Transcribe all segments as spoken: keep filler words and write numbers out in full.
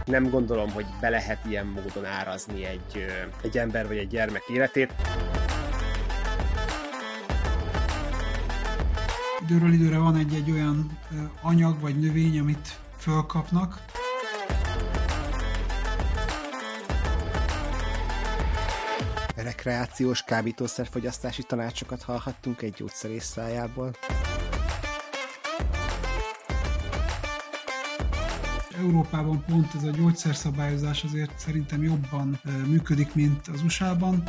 Nem gondolom, hogy be lehet ilyen módon árazni egy, egy ember vagy egy gyermek életét. Időről időre van egy-egy olyan anyag vagy növény, amit fölkapnak. Rekreációs kábítószerfogyasztási tanácsokat hallhattunk egy gyógyszerész szájából. Európában pont ez a gyógyszerszabályozás azért szerintem jobban működik, mint az u es á-ban.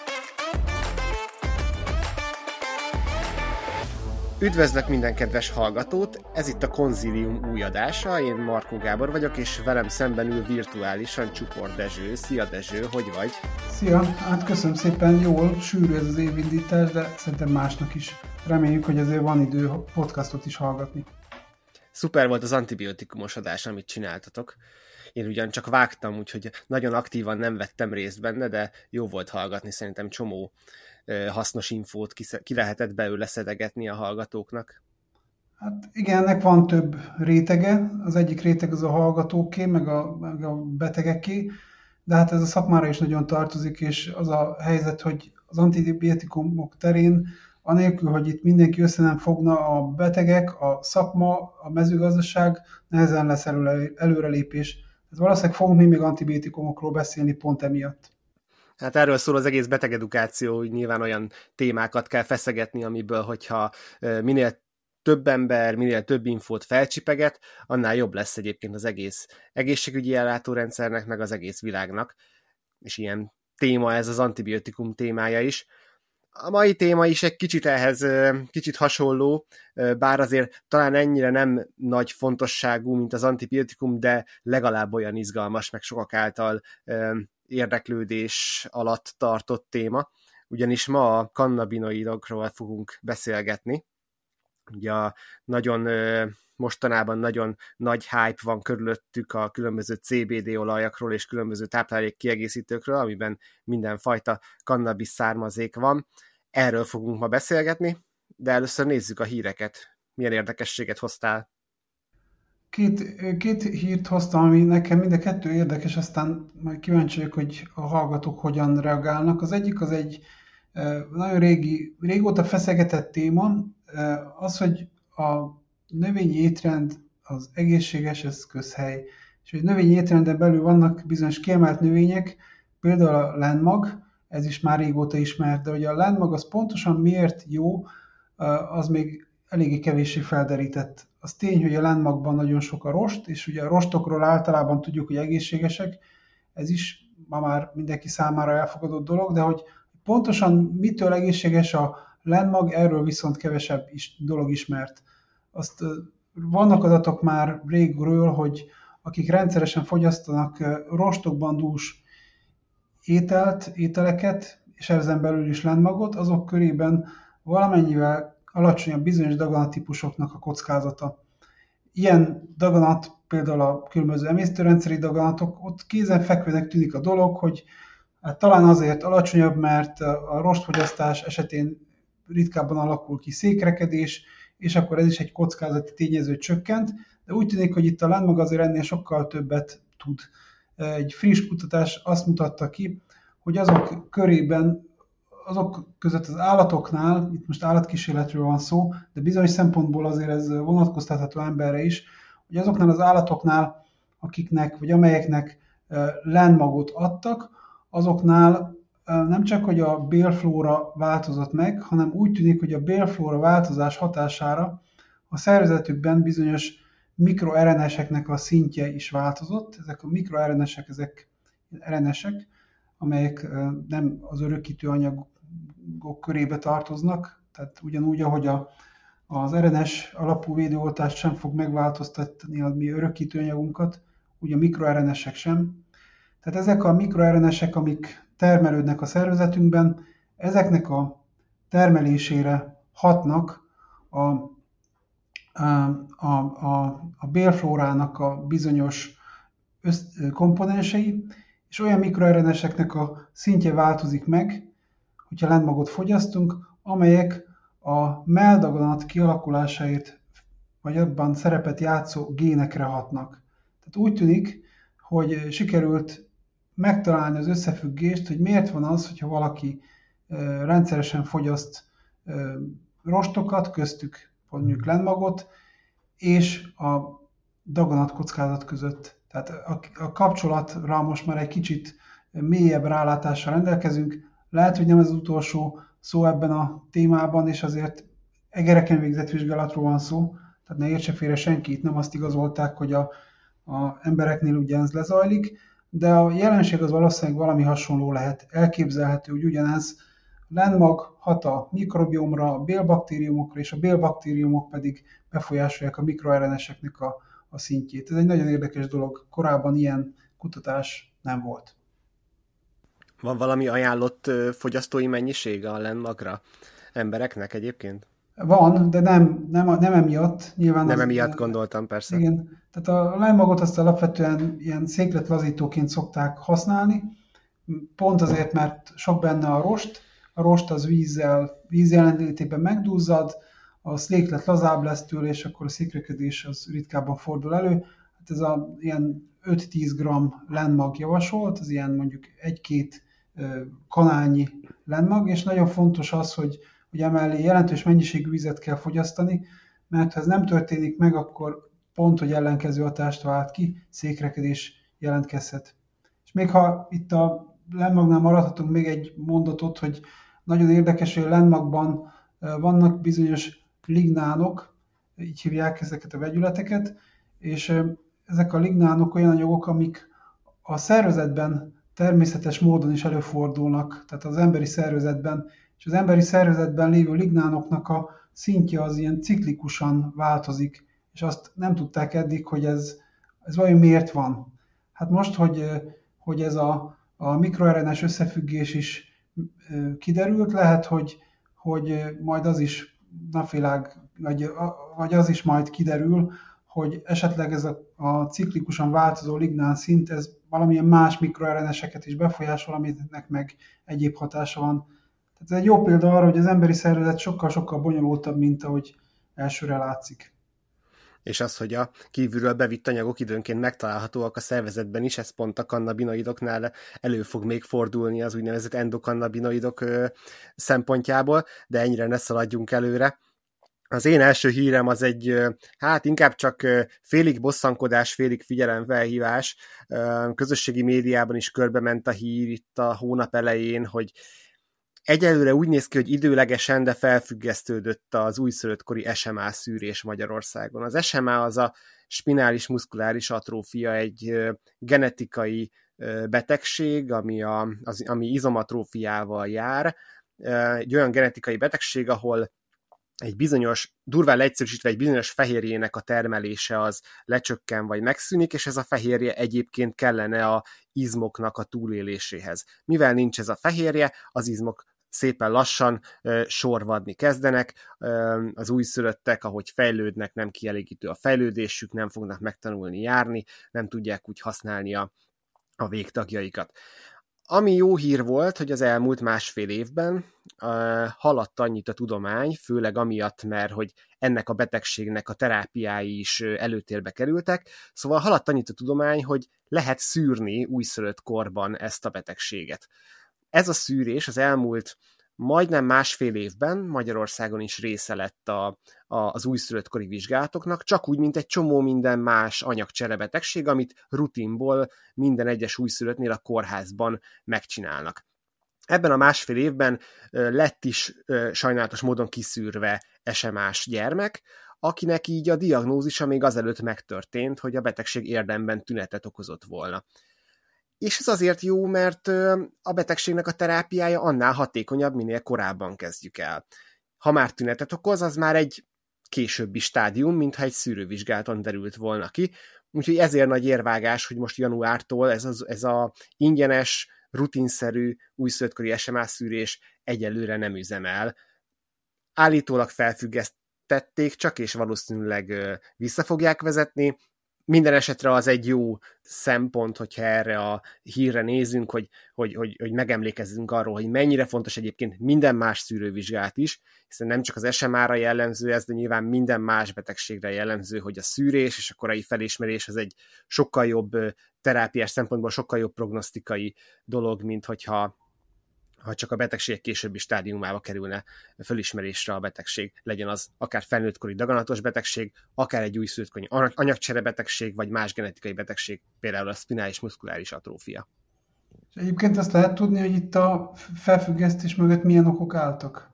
Üdvözlök minden kedves hallgatót! Ez itt a Konzílium új adása, én Markó Gábor vagyok, és velem szemben ül virtuálisan Csupor Dezső. Szia Dezső, hogy vagy? Szia, hát köszönöm szépen, jól, sűrű ez az évindítás, de szerintem másnak is. Reméljük, hogy azért van idő podcastot is hallgatni. Szuper volt az antibiotikumos adás, amit csináltatok. Én ugyan csak vágtam, úgyhogy nagyon aktívan nem vettem részt benne, de jó volt hallgatni, szerintem csomó hasznos infót ki lehetett belőle szedegetni a hallgatóknak. Hát igen, ennek van több rétege. Az egyik réteg az a hallgatóké, meg a, meg a betegeké, de hát ez a szakmára is nagyon tartozik, és az a helyzet, hogy az antibiotikumok terén, anélkül, hogy itt mindenki össze nem fogna, a betegek, a szakma, a mezőgazdaság, nehezen lesz előre, előrelépés. Tehát valószínűleg fogunk mi még antibiotikumokról beszélni pont emiatt. Hát erről szól az egész betegedukáció, hogy nyilván olyan témákat kell feszegetni, amiből, hogyha minél több ember, minél több infót felcsipeget, annál jobb lesz egyébként az egész egészségügyi ellátórendszernek, meg az egész világnak. És ilyen téma ez az antibiotikum témája is. A mai téma is egy kicsit ehhez kicsit hasonló, bár azért talán ennyire nem nagy fontosságú, mint az antibiotikum, de legalább olyan izgalmas, meg sokak által érdeklődés alatt tartott téma, ugyanis ma a kannabinoidokról fogunk beszélgetni. Ugye nagyon, mostanában nagyon nagy hype van körülöttük a különböző cé bé dé olajakról és különböző táplálék kiegészítőkről, amiben mindenfajta kannabis származék van. Erről fogunk ma beszélgetni, de először nézzük a híreket. Milyen érdekességet hoztál? Két, két hírt hoztam, ami nekem mind a kettő érdekes, aztán majd kíváncsi vagyok, hogy a hallgatók hogyan reagálnak. Az egyik az egy nagyon régi, régóta feszegetett téma, az, hogy a növényi étrend az egészséges, ez közhely. És hogy növényi étrenden belül vannak bizonyos kiemelt növények, például a lenmag, ez is már régóta ismert, de hogy a lenmag az pontosan miért jó, az még eléggé kevéssé felderített. Az tény, hogy a lenmagban nagyon sok a rost, és ugye a rostokról általában tudjuk, hogy egészségesek, ez is ma már mindenki számára elfogadott dolog, de hogy pontosan mitől egészséges a lenmag, erről viszont kevesebb is, dolog ismert. Azt vannak adatok már régről, hogy akik rendszeresen fogyasztanak rostokban dús ételt, ételeket, és ezen belül is lenmagot, azok körében valamennyivel alacsonyabb bizonyos daganattípusoknak a kockázata. Ilyen daganat, például a különböző emésztőrendszeri daganatok, ott kézenfekvőnek tűnik a dolog, hogy hát talán azért alacsonyabb, mert a rostfogyasztás esetén ritkábban alakul ki székrekedés, és akkor ez is egy kockázati tényező csökkent, de úgy tűnik, hogy itt a lenmag azért ennél sokkal többet tud. Egy friss kutatás azt mutatta ki, hogy azok körében, azok között az állatoknál, itt most állatkísérletről van szó, de bizonyos szempontból azért ez vonatkoztatható emberre is, hogy azoknál az állatoknál, akiknek, vagy amelyeknek lenmagot adtak, azoknál nem csak, hogy a bélflóra változott meg, hanem úgy tűnik, hogy a bélflóra változás hatására a szervezetükben bizonyos mikroer en eseknek a szintje is változott. Ezek a mikroer en esek, ezek er en esek, amelyek nem az örökítő anyagok körébe tartoznak, tehát ugyanúgy, ahogy a, az er en es alapú védőoltás sem fog megváltoztatni a mi örökítő anyagunkat, úgy a mikroer en esek sem. Tehát ezek a mikroer en esek, amik termelődnek a szervezetünkben, ezeknek a termelésére hatnak a, a, a, a bélflórának a bizonyos össz, komponensei, és olyan mikroer en eseknek a szintje változik meg, hogyha lenmagot fogyasztunk, amelyek a melldaganat kialakulásáért, vagy abban szerepet játszó génekre hatnak. Tehát úgy tűnik, hogy sikerült megtalálni az összefüggést, hogy miért van az, hogyha valaki rendszeresen fogyaszt rostokat, köztük mondjuk lenmagot, és a daganatkockázat között. Tehát a, a kapcsolatra most már egy kicsit mélyebb rálátással rendelkezünk. Lehet, hogy nem ez az utolsó szó ebben a témában, és azért egereken végzett vizsgálatról van szó, tehát ne értse félre senki, itt nem azt igazolták, hogy a, a embereknél ugyanez lezajlik, de a jelenség az valószínűleg valami hasonló lehet. Elképzelhető, hogy ugyanez lenmag hat a mikrobiomra, a bélbaktériumokra, és a bélbaktériumok pedig befolyásolják a mikroer en eseknek a, a szintjét. Ez egy nagyon érdekes dolog. Korábban ilyen kutatás nem volt. Van valami ajánlott fogyasztói mennyiség a lenmagra embereknek egyébként? Van, de nem, nem, nem emiatt. Nyilván nem az, emiatt gondoltam, persze. Igen. Tehát a lenmagot azt alapvetően ilyen székletlazítóként szokták használni, pont azért, mert sok benne a rost, a rost az vízzel, víz jelenlétében megduzzad, a széklet lazább lesz tőle, és akkor a székrekedés az ritkábban fordul elő. Hát ez a ilyen öt-tíz gramm lenmag javasolt, az ilyen mondjuk egy-két kanálnyi lenmag, és nagyon fontos az, hogy, hogy emellé jelentős mennyiségű vizet kell fogyasztani, mert ha ez nem történik meg, akkor pont, hogy ellenkező hatást vált ki, székrekedés jelentkezhet. És még ha itt a lenmagnál maradhatunk még egy mondatot, hogy nagyon érdekes, hogy a lenmagban vannak bizonyos lignánok, így hívják ezeket a vegyületeket, és ezek a lignánok olyan anyagok, amik a szervezetben természetes módon is előfordulnak, tehát az emberi szervezetben, és az emberi szervezetben lévő lignánoknak a szintje az ilyen ciklikusan változik, és azt nem tudták eddig, hogy ez, ez vajon miért van. Hát most, hogy, hogy ez a, a mikroer en es összefüggés is kiderült, lehet, hogy, hogy majd az is napvilág, vagy, vagy az is majd kiderül, hogy esetleg ez a, a ciklikusan változó lignán szint, ez valamilyen más mikroer en eseket is befolyásol, aminek meg egyéb hatása van. Tehát ez egy jó példa arra, hogy az emberi szervezet sokkal-sokkal bonyolultabb, mint ahogy elsőre látszik. És az, hogy a kívülről bevitt anyagok időnként megtalálhatóak a szervezetben is, ez pont a kannabinoidoknál elő fog még fordulni az úgynevezett endokannabinoidok szempontjából, de ennyire ne szaladjunk előre. Az én első hírem az egy, hát inkább csak félig bosszankodás, félig figyelemfelhívás. Közösségi médiában is körbement a hír itt a hónap elején, hogy egyelőre úgy néz ki, hogy időlegesen, de felfüggesztődött az újszülöttkori es em á szűrés Magyarországon. Az es em á az a spinális muszkuláris atrófia, egy genetikai betegség, ami, a, az, ami izomatrófiával jár. Egy olyan genetikai betegség, ahol egy bizonyos, durván leegyszerűsítve egy bizonyos fehérjének a termelése az lecsökken vagy megszűnik, és ez a fehérje egyébként kellene a izmoknak a túléléséhez. Mivel nincs ez a fehérje, az izmok szépen lassan uh, sorvadni kezdenek, uh, az újszülöttek, ahogy fejlődnek, nem kielégítő a fejlődésük, nem fognak megtanulni járni, nem tudják úgy használni a, a végtagjaikat. Ami jó hír volt, hogy az elmúlt másfél évben uh, haladt annyit a tudomány, főleg amiatt, mert hogy ennek a betegségnek a terápiái is előtérbe kerültek, szóval haladt annyit a tudomány, hogy lehet szűrni újszülött korban ezt a betegséget. Ez a szűrés az elmúlt majdnem másfél évben Magyarországon is része lett a, a, az újszülöttkori vizsgálatoknak, csak úgy, mint egy csomó minden más anyagcserebetegség, amit rutinból minden egyes újszülöttnél a kórházban megcsinálnak. Ebben a másfél évben lett is sajnálatos módon kiszűrve es em á-s gyermek, akinek így a diagnózisa még azelőtt megtörtént, hogy a betegség érdemben tünetet okozott volna. És ez azért jó, mert a betegségnek a terápiája annál hatékonyabb, minél korábban kezdjük el. Ha már tünetet okoz, az már egy későbbi stádium, mintha egy szűrővizsgálaton derült volna ki. Úgyhogy ezért nagy érvágás, hogy most januártól ez, az, ez a ingyenes, rutinszerű újszülöttkori es em á szűrés egyelőre nem üzemel. Állítólag felfüggesztették csak, és valószínűleg vissza fogják vezetni. minden esetre az egy jó szempont, hogyha erre a hírre nézünk, hogy, hogy, hogy, hogy megemlékezzünk arról, hogy mennyire fontos egyébként minden más szűrővizsgálat is, hiszen nem csak az es em á-ra jellemző ez, de nyilván minden más betegségre jellemző, hogy a szűrés és a korai felismerés az egy sokkal jobb terápiás szempontból, sokkal jobb prognosztikai dolog, mint hogyha ha csak a betegség későbbi stádiumába kerülne fölismerésre a betegség, legyen az akár felnőttkori daganatos betegség, akár egy újszülöttkori anyagcsere betegség, vagy más genetikai betegség, például a szpinális muszkuláris atrófia. És egyébként azt lehet tudni, hogy itt a felfüggesztés mögött milyen okok álltak?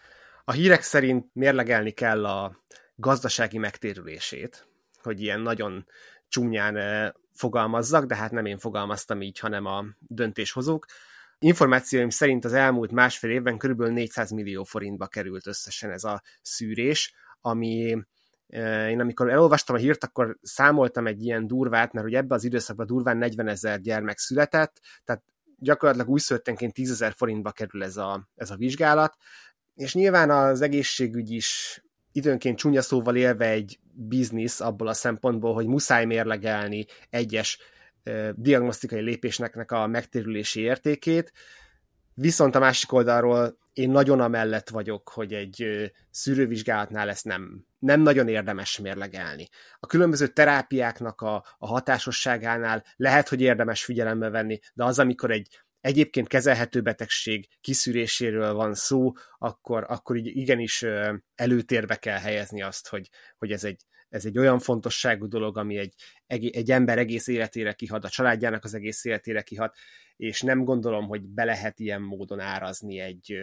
A hírek szerint mérlegelni kell a gazdasági megtérülését, hogy ilyen nagyon csúnyán fogalmazzak, de hát nem én fogalmaztam így, hanem a döntéshozók. Információim szerint az elmúlt másfél évben körülbelül négyszáz millió forintba került összesen ez a szűrés, ami én amikor elolvastam a hírt, akkor számoltam egy ilyen durvát, mert ugye ebbe az időszakban durván negyvenezer gyermek született, tehát gyakorlatilag újszülöttenként tízezer forintba kerül ez a, ez a vizsgálat, és nyilván az egészségügy is időnként csúnya szóval élve egy biznisz abból a szempontból, hogy muszáj mérlegelni egyes diagnosztikai lépésnek a megtérülési értékét, viszont a másik oldalról én nagyon amellett vagyok, hogy egy szűrővizsgálatnál ezt nem, nem nagyon érdemes mérlegelni. A különböző terápiáknak a, a hatásosságánál lehet, hogy érdemes figyelembe venni, de az, amikor egy egyébként kezelhető betegség kiszűréséről van szó, akkor, akkor így igenis előtérbe kell helyezni azt, hogy, hogy ez egy ez egy olyan fontosságú dolog, ami egy, egy ember egész életére kihat, a családjának az egész életére kihat, és nem gondolom, hogy be lehet ilyen módon árazni egy,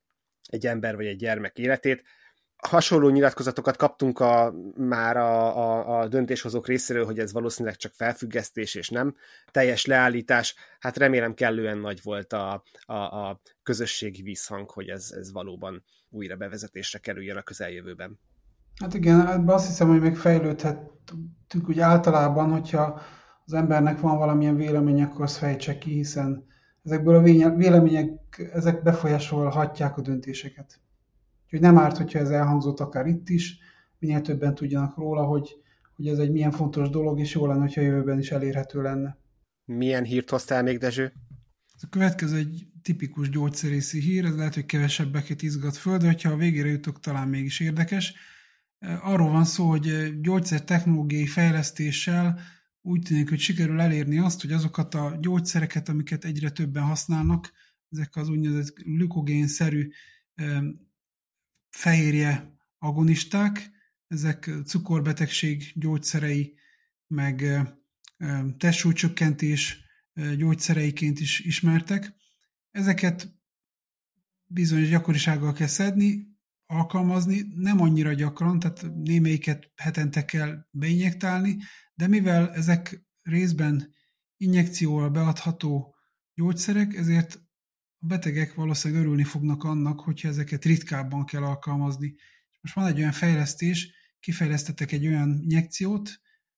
egy ember vagy egy gyermek életét. Hasonló nyilatkozatokat kaptunk a, már a, a, a döntéshozók részéről, hogy ez valószínűleg csak felfüggesztés és nem teljes leállítás. Hát remélem kellően nagy volt a, a, a közösségi visszhang, hogy ez, ez valóban újra bevezetésre kerüljön a közeljövőben. Hát igen, ebben azt hiszem, hogy még fejlődhetünk úgy általában, hogyha az embernek van valamilyen vélemény, akkor azt fejtse ki, hiszen ezekből a vélemények, ezek befolyásolhatják a döntéseket. Úgyhogy nem árt, hogyha ez elhangzott akár itt is, minél többen tudjanak róla, hogy, hogy ez egy milyen fontos dolog, és jó lenne, hogyha a jövőben is elérhető lenne. Milyen hírt hoztál még, Dezső? A következő egy tipikus gyógyszerészi hír, ez lehet, hogy kevesebbeket izgat föl, de hogyha a végére jutok, talán mégis érdekes. Arról van szó, hogy gyógyszertechnológiai fejlesztéssel úgy tűnik, hogy sikerül elérni azt, hogy azokat a gyógyszereket, amiket egyre többen használnak, ezek az úgynevezett glükogén-szerű fehérje agonisták, ezek cukorbetegség gyógyszerei, meg testsúlycsökkentés gyógyszereiként is ismertek. Ezeket bizonyos gyakorisággal kell szedni, alkalmazni, nem annyira gyakran, tehát némelyiket hetente kell beinjektálni, de mivel ezek részben injekcióval beadható gyógyszerek, ezért a betegek valószínűleg örülni fognak annak, hogyha ezeket ritkábban kell alkalmazni. Most van egy olyan fejlesztés, kifejlesztettek egy olyan injekciót,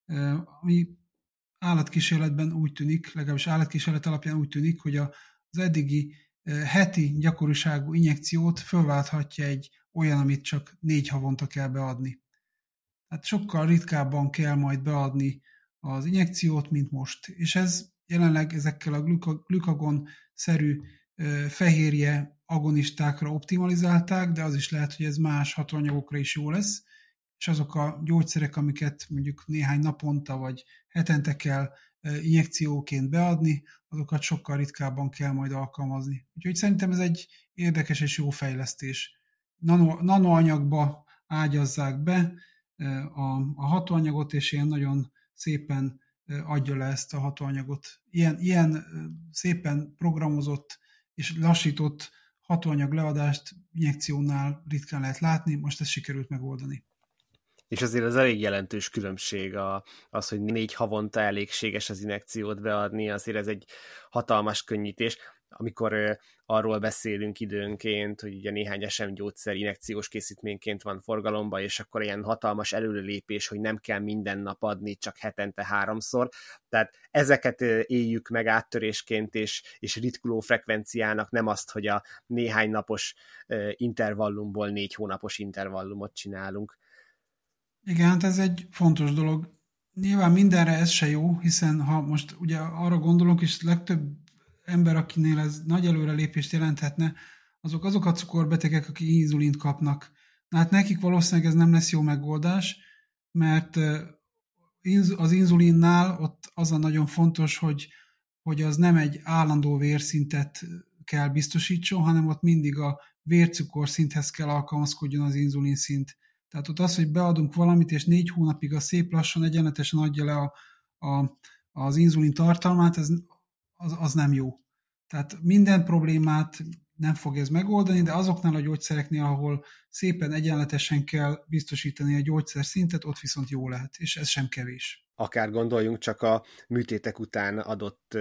ami állatkísérletben úgy tűnik, legalábbis állatkísérlet alapján úgy tűnik, hogy az eddigi heti gyakoriságú injekciót fölválthatja egy olyan, amit csak négy havonta kell beadni. Tehát sokkal ritkábban kell majd beadni az injekciót, mint most. És ez jelenleg ezekkel a glükagon-szerű fehérje agonistákra optimalizálták, de az is lehet, hogy ez más hatóanyagokra is jó lesz, és azok a gyógyszerek, amiket mondjuk néhány naponta vagy hetente kell injekcióként beadni, azokat sokkal ritkábban kell majd alkalmazni. Úgyhogy szerintem ez egy érdekes és jó fejlesztés. Nano, nanoanyagba ágyazzák be a, a hatóanyagot, és ilyen nagyon szépen adja le ezt a hatóanyagot. Ilyen, ilyen szépen programozott és lassított hatóanyag leadást injekciónál ritkán lehet látni, most ezt sikerült megoldani. És azért az elég jelentős különbség a, az, hogy négy havonta elégséges az injekciót beadni, azért ez egy hatalmas könnyítés. Amikor uh, arról beszélünk időnként, hogy ugye néhány es em gyógyszer injekciós készítményként van forgalomban, és akkor ilyen hatalmas előrelépés, hogy nem kell minden nap adni, csak hetente háromszor. Tehát ezeket uh, éljük meg áttörésként, és, és ritkuló frekvenciának, nem azt, hogy a néhány napos uh, intervallumból négy hónapos intervallumot csinálunk. Igen, hát ez egy fontos dolog. Nyilván mindenre ez se jó, hiszen ha most ugye arra gondolok, és legtöbb ember, akinél ez nagy előrelépést jelenthetne, azok azok a cukorbetegek, akik inzulint kapnak. Na hát nekik valószínűleg ez nem lesz jó megoldás, mert az inzulinnál ott az a nagyon fontos, hogy, hogy az nem egy állandó vérszintet kell biztosítson, hanem ott mindig a vércukorszinthez kell alkalmazkodjon az inzulinszint. Tehát ott az, hogy beadunk valamit, és négy hónapig a szép lassan, egyenletesen adja le a, a, az inzulin tartalmát, ez, az, az nem jó. Tehát minden problémát nem fog ez megoldani, de azoknál a gyógyszereknél, ahol szépen egyenletesen kell biztosítani a gyógyszer szintet, ott viszont jó lehet, és ez sem kevés. Akár gondoljunk csak a műtétek után adott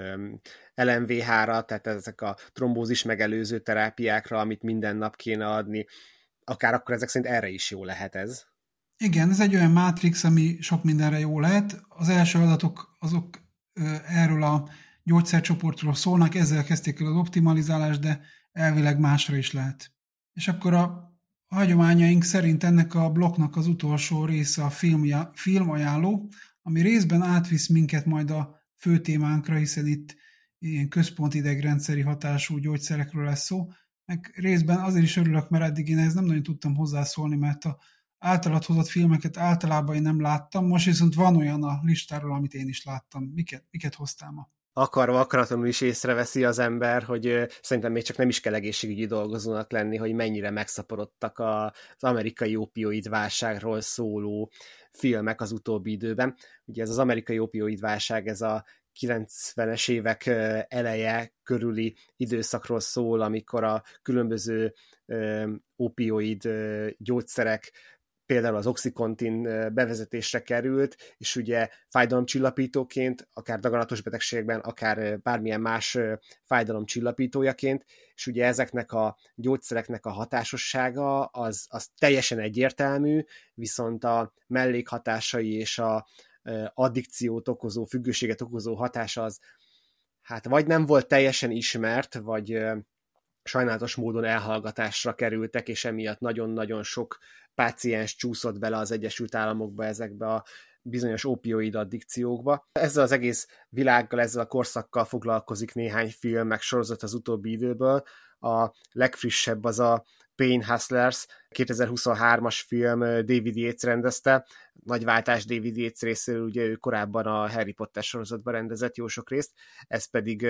el em vé há-ra, tehát ezek a trombózis megelőző terápiákra, amit minden nap kéne adni, akár akkor ezek szerint erre is jó lehet ez. Igen, ez egy olyan mátrix, ami sok mindenre jó lehet. Az első adatok azok erről a gyógyszercsoportról szólnak, ezzel kezdték el az optimalizálást, de elvileg másra is lehet. És akkor a hagyományaink szerint ennek a blokknak az utolsó része a film, filmajánló, ami részben átvisz minket majd a fő témánkra, hiszen itt ilyen központi idegrendszeri hatású gyógyszerekről lesz szó, meg részben azért is örülök, mert eddig én ehhez nem nagyon tudtam hozzászólni, mert a általad hozott filmeket általában én nem láttam, most viszont van olyan a listáról, amit én is láttam. Miket, miket hoztál ma? Akarva akaratlanul is észreveszi az ember, hogy ö, szerintem még csak nem is kell egészségügyi dolgozónak lenni, hogy mennyire megszaporodtak a, az amerikai opioid válságról szóló filmek az utóbbi időben. Ugye ez az amerikai opioid válság, ez a kilencvenes évek eleje körüli időszakról szól, amikor a különböző ö, opioid ö, gyógyszerek, például az oxycontin bevezetésre került, és ugye fájdalomcsillapítóként, akár daganatos betegségekben, akár bármilyen más fájdalomcsillapítójaként, és ugye ezeknek a gyógyszereknek a hatásossága az, az teljesen egyértelmű, viszont a mellékhatásai és a addikciót okozó, függőséget okozó hatása az hát vagy nem volt teljesen ismert, vagy sajnálatos módon elhallgatásra kerültek, és emiatt nagyon-nagyon sok páciens csúszott bele az Egyesült Államokba ezekbe a bizonyos opioid addikciókba. Ezzel az egész világgal, ezzel a korszakkal foglalkozik néhány film, meg sorozat az utóbbi időből. A legfrissebb az a Pain Hustlers, kétezer-huszonhármas film, David Yates rendezte. Nagy váltás David Yates részéről, ugye ő korábban a Harry Potter sorozatban rendezett jó sok részt, ez pedig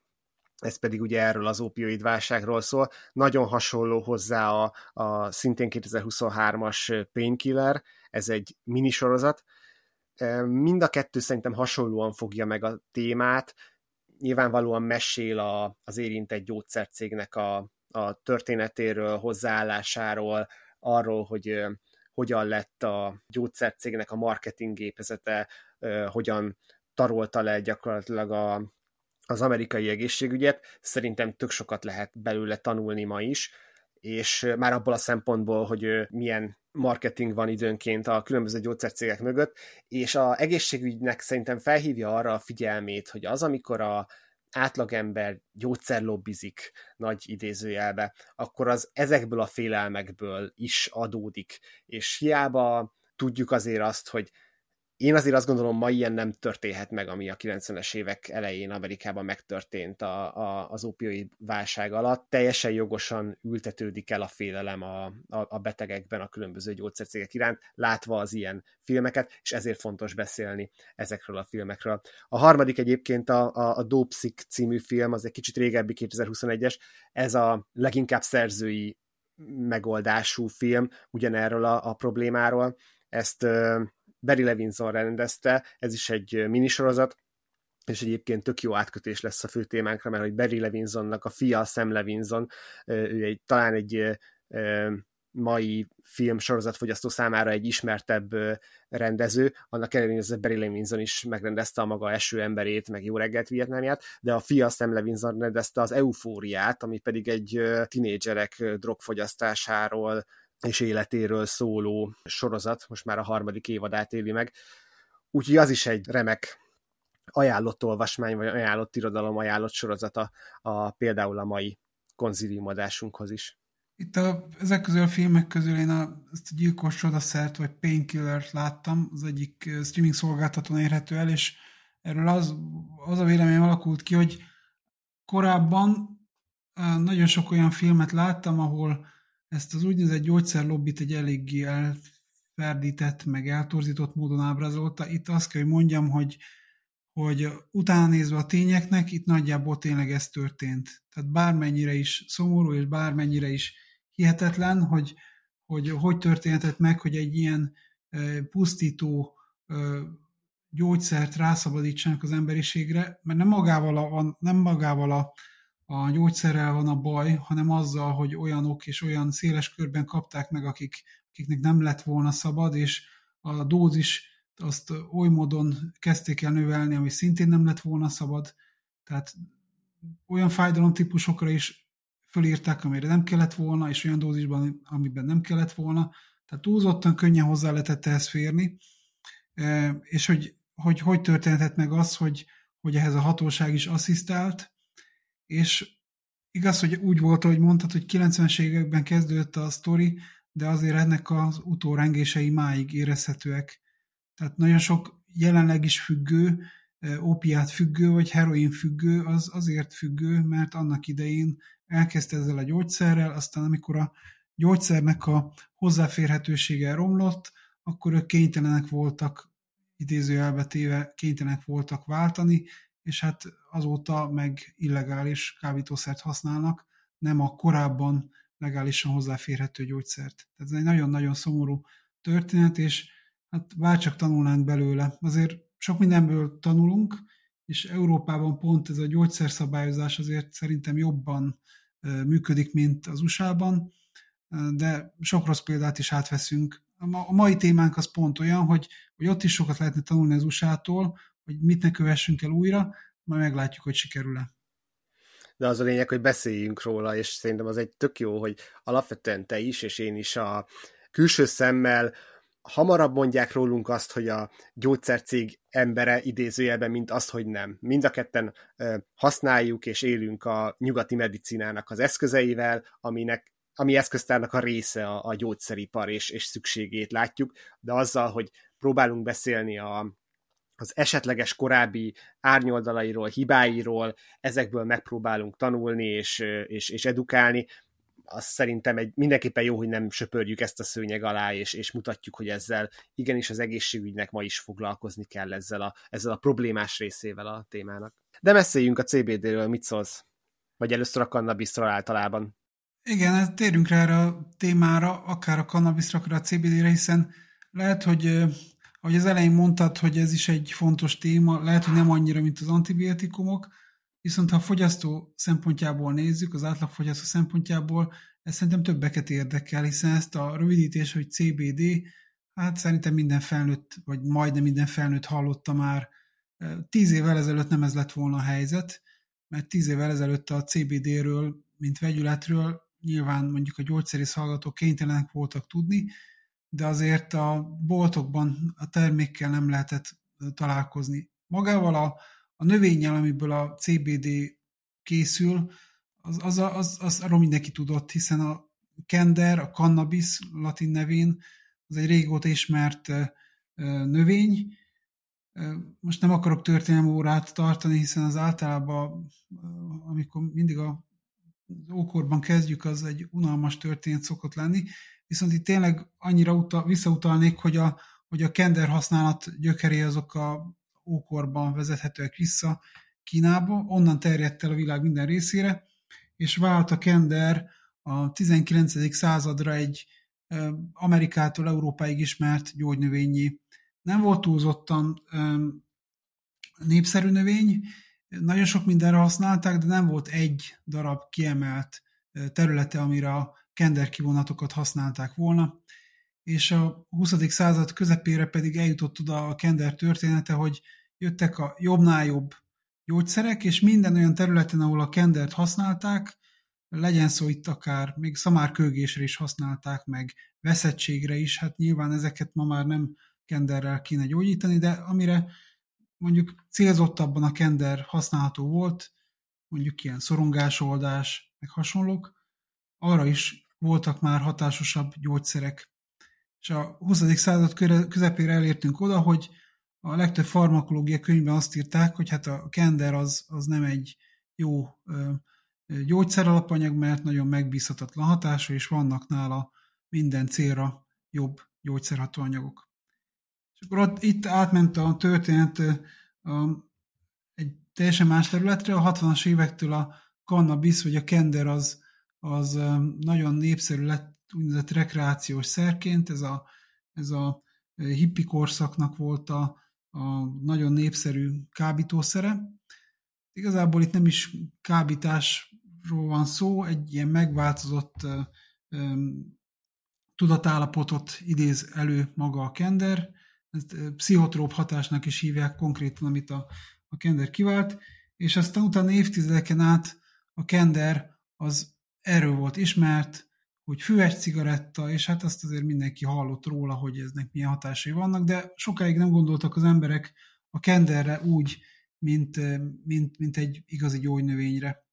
ez pedig ugye erről az opioid válságról szól. Nagyon hasonló hozzá a, a szintén kétezer-huszonhármas Painkiller, ez egy minisorozat. Mind a kettő szerintem hasonlóan fogja meg a témát, nyilvánvalóan mesél a, az érintett gyógyszercégnek a, a történetéről, hozzáállásáról, arról, hogy hogyan lett a gyógyszercégnek a marketing gépezete, hogyan tarolta le gyakorlatilag a az amerikai egészségügyet. Szerintem tök sokat lehet belőle tanulni ma is, és már abból a szempontból, hogy milyen marketing van időnként a különböző gyógyszercégek mögött, és az egészségügynek szerintem felhívja arra a figyelmét, hogy az, amikor a átlagember gyógyszerlobbizik nagy idézőjelbe, akkor az ezekből a félelmekből is adódik, és hiába tudjuk azért azt, hogy én azért azt gondolom, ma ilyen nem történhet meg, ami a kilencvenes évek elején Amerikában megtörtént a, a, az opioid válság alatt. Teljesen jogosan ültetődik el a félelem a, a, a betegekben a különböző gyógyszercégek iránt, látva az ilyen filmeket, és ezért fontos beszélni ezekről a filmekről. A harmadik egyébként a, a, a Dopesick című film, az egy kicsit régebbi, kétezer-huszonegyes, ez a leginkább szerzői megoldású film ugyanerről a, a problémáról. Ezt Barry Levinson rendezte, ez is egy minisorozat, és egyébként tök jó átkötés lesz a fő témánkra, mert hogy Barry Levinsonnak a fia, Sam Levinson, ő egy, talán egy mai filmsorozatfogyasztó számára egy ismertebb rendező, annak ellenére, hogy Barry Levinson is megrendezte a maga Eső emberét, meg Jó reggelt Vietnámját, de a fia Sam Levinson rendezte az Eufóriát, ami pedig egy tinédzserek drogfogyasztásáról és életéről szóló sorozat, most már a harmadik évadát éli meg. Úgyhogy az is egy remek ajánlott olvasmány, vagy ajánlott irodalom, ajánlott sorozata a, például a mai konziliumadásunkhoz is. Itt a, ezek közül a filmek közül én a, ezt a Gyilkos Csodaszert vagy Painkillert láttam, az egyik streaming szolgáltatón érhető el, és erről az, az a véleményem alakult ki, hogy korábban nagyon sok olyan filmet láttam, ahol ezt az úgynevezett gyógyszerlobbit egy eléggé elferdített, meg eltorzított módon ábrázolta. Itt azt kell, hogy mondjam, hogy, hogy utána nézve a tényeknek, itt nagyjából tényleg ez történt. Tehát bármennyire is szomorú, és bármennyire is hihetetlen, hogy hogy, hogy történhetett meg, hogy egy ilyen pusztító gyógyszert rászabadítsanak az emberiségre, mert nem magával a, nem magával a, a gyógyszerrel van a baj, hanem azzal, hogy olyanok és olyan széles körben kapták meg, akik, akiknek nem lett volna szabad, és a dózis azt oly módon kezdték el növelni, ami szintén nem lett volna szabad. Tehát olyan fájdalomtípusokra is fölírták, amire nem kellett volna, és olyan dózisban, amiben nem kellett volna. Tehát túlzottan könnyen hozzá lehetett ehhez férni. És hogy hogy, hogy történhetett meg az, hogy, hogy ehhez a hatóság is asszisztált, és igaz, hogy úgy volt, ahogy mondtad, hogy kilencvenes években kezdődött a sztori, de azért ennek az utórengései máig érezhetőek. Tehát nagyon sok jelenleg is függő, ópiát függő, vagy heroin függő, az azért függő, mert annak idején elkezdte ezzel a gyógyszerrel, aztán amikor a gyógyszernek a hozzáférhetősége romlott, akkor ők kénytelenek voltak, idézőjelbe téve kénytelenek voltak váltani, és hát azóta meg illegális kábítószert használnak, nem a korábban legálisan hozzáférhető gyógyszert. Tehát ez egy nagyon-nagyon szomorú történet, és hát bárcsak tanulnánk belőle. Azért sok mindenből tanulunk, és Európában pont ez a gyógyszerszabályozás azért szerintem jobban működik, mint az u es á-ban, de sok rossz példát is átveszünk. A mai témánk az pont olyan, hogy, hogy ott is sokat lehetne tanulni az u es á-tól, hogy mit ne kövessünk el újra, majd meglátjuk, hogy sikerül-e. De az a lényeg, hogy beszéljünk róla, és szerintem az egy tök jó, hogy alapvetően te is, és én is a külső szemmel hamarabb mondják rólunk azt, hogy a gyógyszercég embere idézőjelben, mint azt, hogy nem. Mind a ketten ö, használjuk és élünk a nyugati medicinának az eszközeivel, aminek ami eszköztárnak a része a, a gyógyszeripar, és, és szükségét látjuk, de azzal, hogy próbálunk beszélni a, az esetleges korábbi árnyoldalairól, hibáiról, ezekből megpróbálunk tanulni és, és, és edukálni, az szerintem egy, mindenképpen jó, hogy nem söpörjük ezt a szőnyeg alá, és, és mutatjuk, hogy ezzel igenis az egészségügynek ma is foglalkozni kell ezzel a, ezzel a problémás részével a témának. De beszéljünk a cé bé dé-ről, mit szólsz? Vagy először a kannabiszról általában? Igen, térjünk rá erre a témára, akár a kannabiszra, akár a cé bé dé-re, hiszen lehet, hogy ahogy az elején mondtad, hogy ez is egy fontos téma, lehet, hogy nem annyira, mint az antibiotikumok, viszont ha a fogyasztó szempontjából nézzük, az átlagfogyasztó szempontjából, ez szerintem többeket érdekel, hiszen ezt a rövidítés, hogy cé bé dé, hát szerintem minden felnőtt, vagy majdnem minden felnőtt hallotta már. Tíz évvel ezelőtt nem ez lett volna a helyzet, mert tíz évvel ezelőtt a cé bé dé-ről, mint vegyületről nyilván mondjuk a gyógyszerész hallgatók kénytelenek voltak tudni, de azért a boltokban a termékkel nem lehetett találkozni. Magával a, a növényel, amiből a cé bé dé készül, az, az, az, az arról mindenki tudott, hiszen a kender, a cannabis latin nevén, az egy régóta ismert növény. Most nem akarok történelmi órát tartani, hiszen az általában, amikor mindig a az ókorban kezdjük, az egy unalmas történet szokott lenni, viszont itt tényleg annyira utal, visszautalnék, hogy a, hogy a kender használat gyökeré azok a ókorban vezethetőek vissza Kínába, onnan terjedt el a világ minden részére, és vált a kender a tizenkilencedik századra egy Amerikától Európáig ismert gyógynövényé. Nem volt túlzottan népszerű növény, nagyon sok mindenre használták, de nem volt egy darab kiemelt területe, amire a kender kivonatokat használták volna. És a huszadik század közepére pedig eljutott oda a kender története, hogy jöttek a jobbnál jobb gyógyszerek, és minden olyan területen, ahol a kendert használták, legyen szó itt akár még szamárkőgésre is használták, meg veszettségre is, hát nyilván ezeket ma már nem kenderrel kéne gyógyítani, de amire mondjuk célzottabban a kender használható volt, mondjuk ilyen szorongásoldás, meg hasonlók, arra is voltak már hatásosabb gyógyszerek. És a huszadik század közepére elértünk oda, hogy a legtöbb farmakológia könyvben azt írták, hogy hát a kender az, az nem egy jó gyógyszeralapanyag, mert nagyon megbízhatatlan hatása, és vannak nála minden célra jobb gyógyszerhatóanyagok. És akkor ott, itt átment a történet a, egy teljesen más területre. A hatvanas évektől a cannabis, vagy a kender az, az nagyon népszerű lett úgynevezett rekreációs szerként. Ez a, ez a hippi korszaknak volt a, a nagyon népszerű kábítószere. Igazából itt nem is kábításról van szó, egy ilyen megváltozott um, tudatállapotot idéz elő maga a kender. Ezt pszichotróp hatásnak is hívják konkrétan, amit a, a kender kivált, és aztán utána évtizedeken át a kender az erről volt ismert, hogy füves cigaretta, és hát azt azért mindenki hallott róla, hogy eznek milyen hatásai vannak, de sokáig nem gondoltak az emberek a kenderre úgy, mint, mint, mint egy igazi gyógynövényre.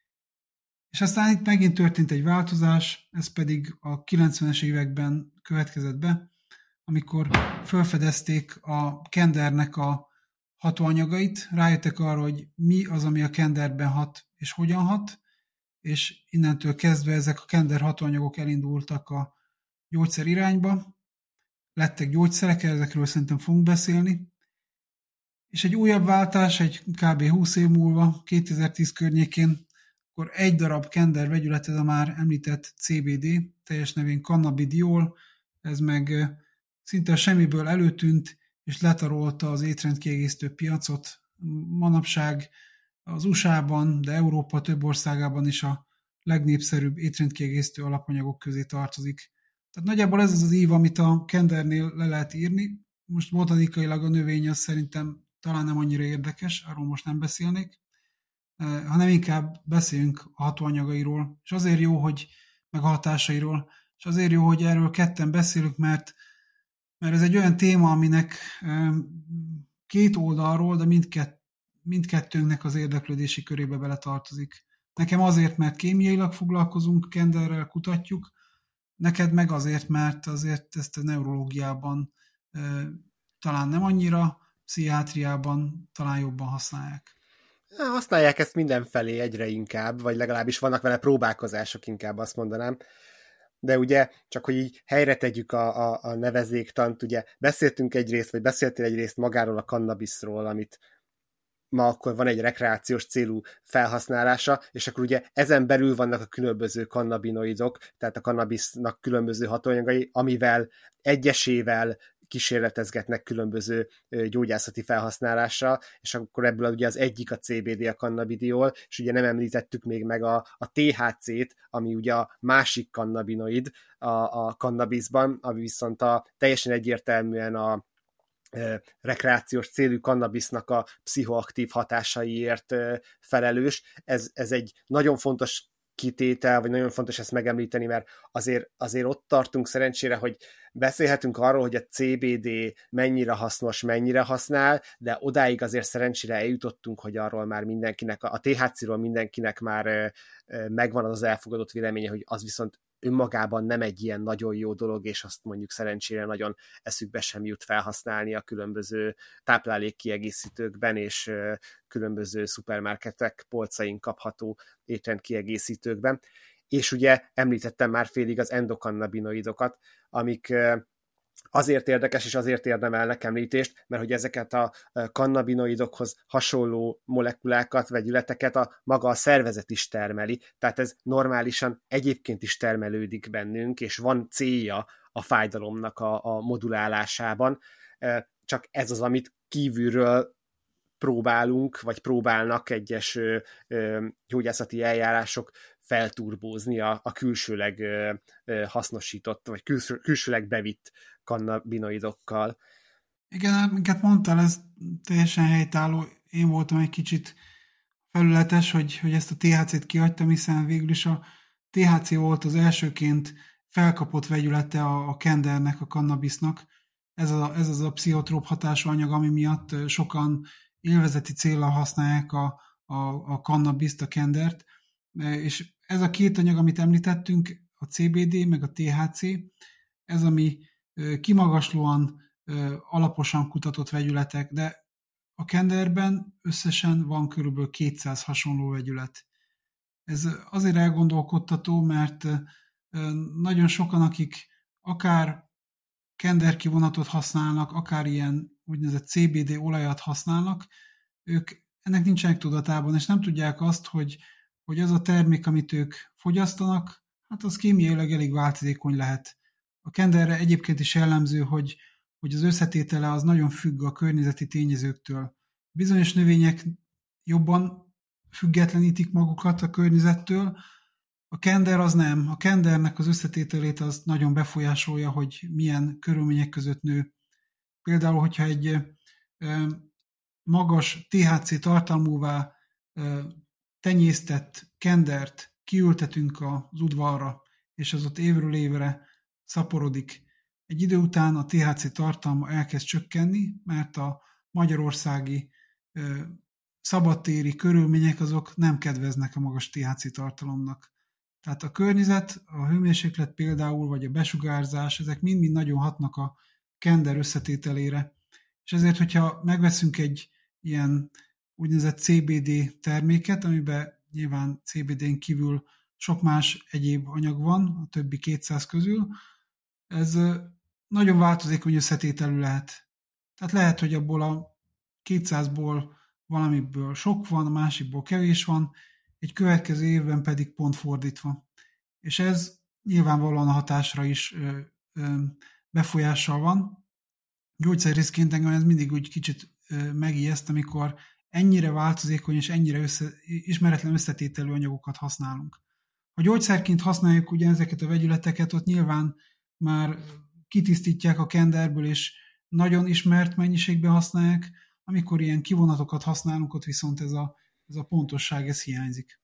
És aztán itt megint történt egy változás, ez pedig a kilencvenes években következett be, amikor felfedezték a kendernek a hatóanyagait, rájöttek arra, hogy mi az, ami a kenderben hat, és hogyan hat, és innentől kezdve ezek a kender hatóanyagok elindultak a gyógyszer irányba, lettek gyógyszerek, ezekről szerintem fogunk beszélni, és egy újabb váltás, egy kb. húsz év múlva, kétezer-tíz környékén, akkor egy darab kender vegyület, ez a már említett cé bé dé, teljes nevén cannabidiol, ez meg szinte semmiből előtűnt, és letarolta az étrendkiegészítő piacot. Manapság az u es á-ban, de Európa több országában is a legnépszerűbb étrendkiegészítő alapanyagok közé tartozik. Tehát nagyjából ez az az ív, amit a kendernél le lehet írni. Most botanikailag a növény az szerintem talán nem annyira érdekes, arról most nem beszélnék, hanem inkább beszéljünk a hatóanyagairól, és azért jó, hogy meg a hatásairól, és azért jó, hogy erről ketten beszélünk, mert, mert ez egy olyan téma, aminek két oldalról, de mindkett, mindkettőnknek az érdeklődési körébe beletartozik. Nekem azért, mert kémiailag foglalkozunk, kenderrel kutatjuk, neked meg azért, mert azért ezt a neurológiában e, talán nem annyira, pszichiátriában talán jobban használják. Használják ezt mindenfelé egyre inkább, vagy legalábbis vannak vele próbálkozások, inkább azt mondanám. De ugye, csak hogy így helyre tegyük a, a, a nevezéktant, ugye beszéltünk egyrészt, vagy beszéltél egyrészt magáról a kannabisról, amit ma akkor van egy rekreációs célú felhasználása, és akkor ugye ezen belül vannak a különböző kannabinoidok, tehát a kannabisnak különböző hatóanyagai, amivel egyesével kísérletezgetnek különböző gyógyászati felhasználásra, és akkor ebből ugye az egyik a cé bé dé, a cannabidiol, és ugye nem említettük még meg a, a té há cét, ami ugye a másik kannabinoid a, a kannabisban, ami viszont a, teljesen egyértelműen a rekreációs célú kannabisznak a pszichoaktív hatásaiért felelős. Ez, ez egy nagyon fontos kitétel, vagy nagyon fontos ezt megemlíteni, mert azért, azért ott tartunk szerencsére, hogy beszélhetünk arról, hogy a cé bé dé mennyire hasznos, mennyire használ, de odáig azért szerencsére eljutottunk, hogy arról már mindenkinek, a té há céről mindenkinek már megvan az elfogadott véleménye, hogy az viszont önmagában nem egy ilyen nagyon jó dolog, és azt mondjuk szerencsére nagyon eszükbe sem jut felhasználni a különböző táplálékkiegészítőkben, és különböző szupermarketek polcain kapható étrendkiegészítőkben. És ugye említettem már félig az endokannabinoidokat, amik azért érdekes, és azért érdemelnek említést, mert hogy ezeket a kannabinoidokhoz hasonló molekulákat, vegyületeket a maga a szervezet is termeli, tehát ez normálisan egyébként is termelődik bennünk, és van célja a fájdalomnak a, a modulálásában, csak ez az, amit kívülről próbálunk, vagy próbálnak egyes ö, ö, gyógyászati eljárások felturbózni a, a külsőleg ö, ö, hasznosított, vagy külső, külsőleg bevitt kannabinoidokkal. Igen, minket mondtál, ez teljesen helytálló. Én voltam egy kicsit felületes, hogy, hogy ezt a té há cét kihagytam, hiszen végül is a té há cé volt az elsőként felkapott vegyülete a, a kendernek, a kannabisnak. Ez, a, ez az a pszichotróp hatású anyag, ami miatt sokan élvezeti céllal használják a, a, a kannabiszt, a kendert. És ez a két anyag, amit említettünk, a cé bé dé meg a té há cé, ez ami kimagaslóan alaposan kutatott vegyületek, de a kenderben összesen van körülbelül kétszáz hasonló vegyület. Ez azért elgondolkodtató, mert nagyon sokan, akik akár kenderkivonatot használnak, akár ilyen úgynevezett cé bé dé olajat használnak, ők ennek nincsenek tudatában, és nem tudják azt, hogy, hogy az a termék, amit ők fogyasztanak, hát az kémiailag elég változékony lehet. A kenderre egyébként is jellemző, hogy, hogy az összetétele az nagyon függ a környezeti tényezőktől. Bizonyos növények jobban függetlenítik magukat a környezettől, a kender az nem. A kendernek az összetételét az nagyon befolyásolja, hogy milyen körülmények között nő. Például, hogyha egy magas té há cé tartalmúvá tenyésztett kendert kiültetünk az udvarra, és az ott évről évre szaporodik. Egy idő után a té há cé tartalma elkezd csökkenni, mert a magyarországi szabadtéri körülmények azok nem kedveznek a magas té há cé tartalomnak. Tehát a környezet, a hőmérséklet például, vagy a besugárzás, ezek mind-mind nagyon hatnak a kender összetételére. És ezért, hogyha megveszünk egy ilyen úgynevezett cé bé dé terméket, amiben nyilván cé bé dén kívül sok más egyéb anyag van, a többi kétszáz közül, ez nagyon változékony összetételű lehet. Tehát lehet, hogy abból a kétszázból valamiből sok van, a másikból kevés van, egy következő évben pedig pont fordítva. És ez nyilvánvalóan a hatásra is ö, ö, befolyással van. Gyógyszerészként engem ez mindig úgy kicsit ö, megijeszt, amikor ennyire változékony és ennyire össze, ismeretlen összetételű anyagokat használunk. Ha gyógyszerként használjuk ugye ezeket a vegyületeket, ott nyilván már kitisztítják a kenderből, és nagyon ismert mennyiségben használják, amikor ilyen kivonatokat használunk, ott viszont ez a, ez a pontosság, ez hiányzik.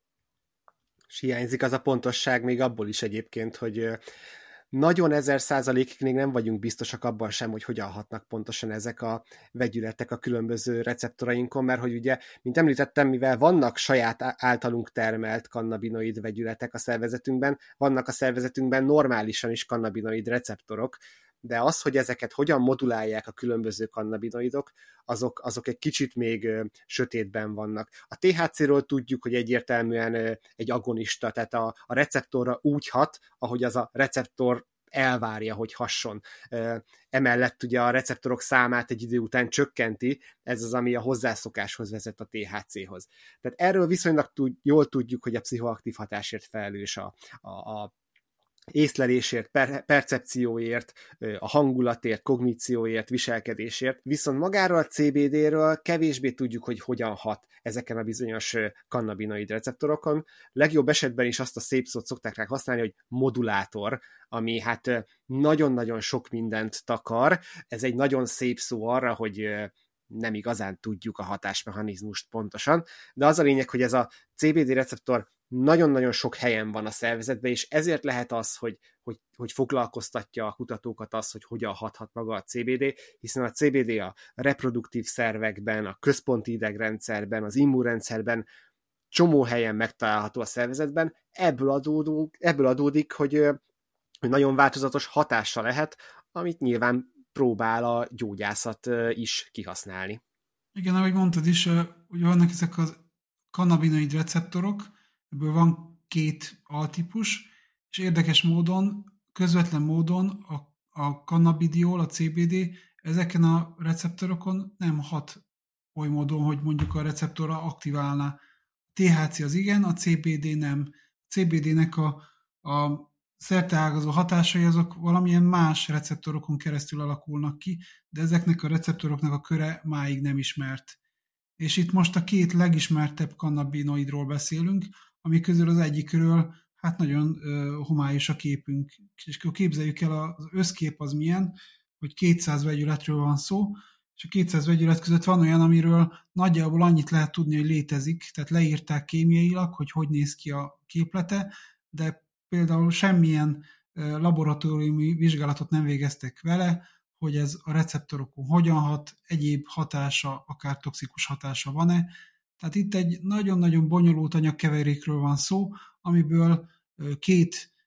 És hiányzik az a pontosság még abból is egyébként, hogy nagyon ezer százalékig még nem vagyunk biztosak abban sem, hogy hogyan hatnak pontosan ezek a vegyületek a különböző receptorainkon, mert hogy ugye, mint említettem, mivel vannak saját általunk termelt kannabinoid vegyületek a szervezetünkben, vannak a szervezetünkben normálisan is kannabinoid receptorok, de az, hogy ezeket hogyan modulálják a különböző kannabinoidok, azok, azok egy kicsit még ö, sötétben vannak. A té há céről tudjuk, hogy egyértelműen ö, egy agonista, tehát a, a receptorra úgy hat, ahogy az a receptor elvárja, hogy hasson. Ö, emellett ugye a receptorok számát egy idő után csökkenti, ez az, ami a hozzászokáshoz vezet a té há céhoz. Tehát erről viszonylag tud, jól tudjuk, hogy a pszichoaktív hatásért felelős a, a, a észlelésért, per- percepcióért, a hangulatért, kognícióért, viselkedésért, viszont magáról a cé bé dé-ről kevésbé tudjuk, hogy hogyan hat ezeken a bizonyos kannabinoid receptorokon. Legjobb esetben is azt a szép szót szokták rá használni, hogy modulátor, ami hát nagyon-nagyon sok mindent takar. Ez egy nagyon szép szó arra, hogy nem igazán tudjuk a hatásmechanizmust pontosan, de az a lényeg, hogy ez a cé bé dé receptor nagyon-nagyon sok helyen van a szervezetben, és ezért lehet az, hogy, hogy, hogy foglalkoztatja a kutatókat az, hogy hogyan hathat maga a cé bé dé, hiszen a cé bé dé a reproduktív szervekben, a központi idegrendszerben, az immunrendszerben csomó helyen megtalálható a szervezetben, ebből, adódunk, ebből adódik, hogy, hogy nagyon változatos hatása lehet, amit nyilván próbál a gyógyászat is kihasználni. Igen, ahogy mondtad is, ugye vannak ezek a kannabinoid receptorok, ebből van két altípus, és érdekes módon, közvetlen módon a, a cannabidiol, a cé bé dé ezeken a receptorokon nem hat oly módon, hogy mondjuk a receptorra aktiválná. A té há cé az igen, a cé bé dé nem. A cé bé dé-nek a, a szerteágazó hatásai azok valamilyen más receptorokon keresztül alakulnak ki, de ezeknek a receptoroknak a köre máig nem ismert. És itt most a két legismertebb kannabinoidról beszélünk, ami közül az egyikről hát nagyon uh, homályos a képünk. És akkor képzeljük el, az összkép az milyen, hogy kétszáz vegyületről van szó, és a kétszáz vegyület között van olyan, amiről nagyjából annyit lehet tudni, hogy létezik, tehát leírták kémiailag, hogy hogy néz ki a képlete, de például semmilyen uh, laboratóriumi vizsgálatot nem végeztek vele, hogy ez a receptorokon hogyan hat, egyéb hatása, akár toxikus hatása van-e. Tehát itt egy nagyon-nagyon bonyolult anyagkeverékről van szó, amiből két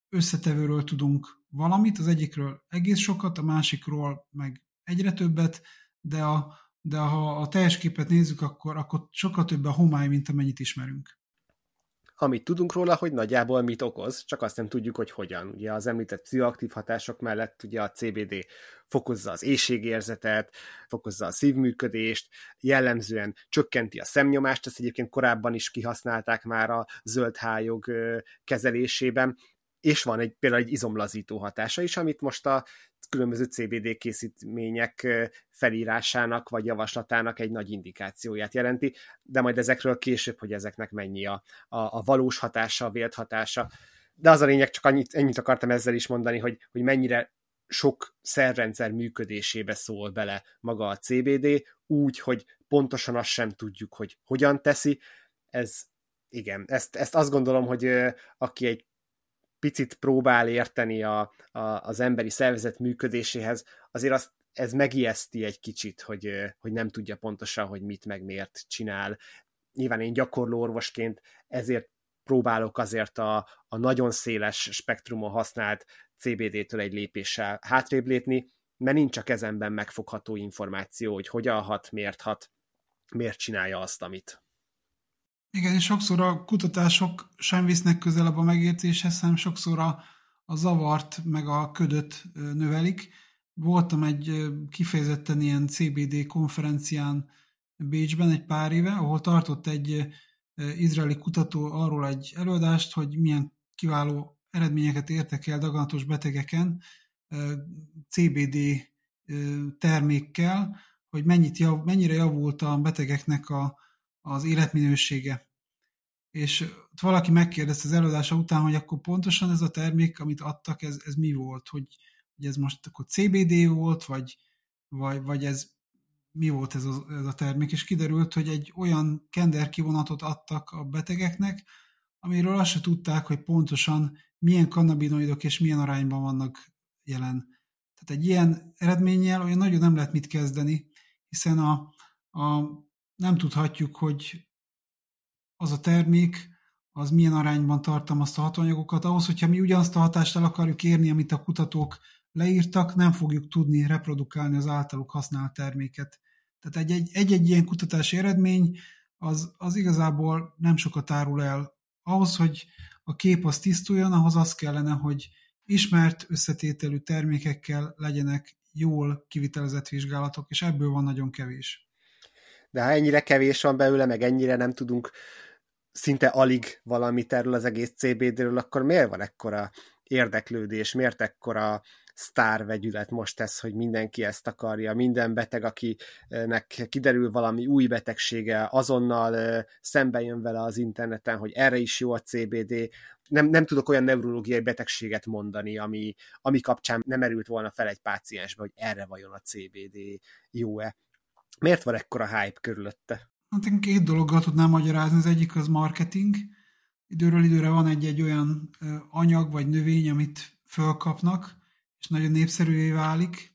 összetevőről tudunk valamit, az egyikről egész sokat, a másikról meg egyre többet, de, a, de ha a teljes képet nézzük, akkor, akkor sokkal több a homály, mint amennyit ismerünk. Amit tudunk róla, hogy nagyjából mit okoz, csak azt nem tudjuk, hogy hogyan. Ugye az említett pszichoaktív hatások mellett ugye a cé bé dé fokozza az éhségérzetet, fokozza a szívműködést, jellemzően csökkenti a szemnyomást, ezt egyébként korábban is kihasználták már a zöldhályog kezelésében, és van egy, például egy izomlazító hatása is, amit most a különböző cé bé dé készítmények felírásának vagy javaslatának egy nagy indikációját jelenti, de majd ezekről később, hogy ezeknek mennyi a, a, a valós hatása, a vélt hatása. De az a lényeg, csak annyit, ennyit akartam ezzel is mondani, hogy, hogy mennyire sok szervrendszer működésébe szól bele maga a cé bé dé, úgy, hogy pontosan azt sem tudjuk, hogy hogyan teszi. Ez, igen, ezt, ezt azt gondolom, hogy aki egy picit próbál érteni a, a, az emberi szervezet működéséhez, azért azt, ez megijeszti egy kicsit, hogy, hogy nem tudja pontosan, hogy mit meg miért csinál. Nyilván én gyakorló orvosként ezért próbálok azért a, a nagyon széles spektrumon használt cé bé dé-től egy lépéssel hátrébb lépni, mert nincs a kezemben megfogható információ, hogy hogyan hat, miért hat, miért csinálja azt, amit. Igen, és sokszor a kutatások sem visznek közelebb a megértéshez, hanem sokszor a, a zavart meg a ködöt növelik. Voltam egy kifejezetten ilyen cé bé dé konferencián Bécsben egy pár éve, ahol tartott egy izraeli kutató arról egy előadást, hogy milyen kiváló eredményeket értek el daganatos betegeken cé bé dé termékkel, hogy mennyit jav, mennyire javult a betegeknek a, az életminősége. És ott valaki megkérdezte az előadása után, hogy akkor pontosan ez a termék, amit adtak, ez, ez mi volt? Hogy, hogy ez most akkor cé bé dé volt, vagy, vagy, vagy ez mi volt ez a, ez a termék? És kiderült, hogy egy olyan kenderkivonatot adtak a betegeknek, amiről azt se tudták, hogy pontosan milyen kannabinoidok és milyen arányban vannak jelen. Tehát egy ilyen eredménnyel olyan nagyon nem lehet mit kezdeni, hiszen a, a, nem tudhatjuk, hogy az a termék, az milyen arányban tartalmazta hatóanyagokat. Ahhoz, hogyha mi ugyanazt a hatást el akarjuk érni, amit a kutatók leírtak, nem fogjuk tudni reprodukálni az általuk használt terméket. Tehát egy-egy ilyen kutatási eredmény az, az igazából nem sokat árul el. Ahhoz, hogy a kép az tisztuljon, ahhoz az kellene, hogy ismert összetételű termékekkel legyenek jól kivitelezett vizsgálatok, és ebből van nagyon kevés. De ha ennyire kevés van belőle, meg ennyire nem tudunk szinte alig valamit erről az egész cé bé dé-ről, akkor miért van ekkora érdeklődés, miért ekkora sztárvegyület most ez, hogy mindenki ezt akarja, minden beteg, akinek kiderül valami új betegsége, azonnal szembe jön vele az interneten, hogy erre is jó a cé bé dé. Nem, nem tudok olyan neurológiai betegséget mondani, ami, ami kapcsán nem merült volna fel egy páciensbe, hogy erre vajon a cé bé dé jó-e. Miért van ekkora hype körülötte? Hát én két dologgal tudnám magyarázni. Az egyik az marketing. Időről időre van egy-egy olyan anyag vagy növény, amit fölkapnak, és nagyon népszerűvé válik.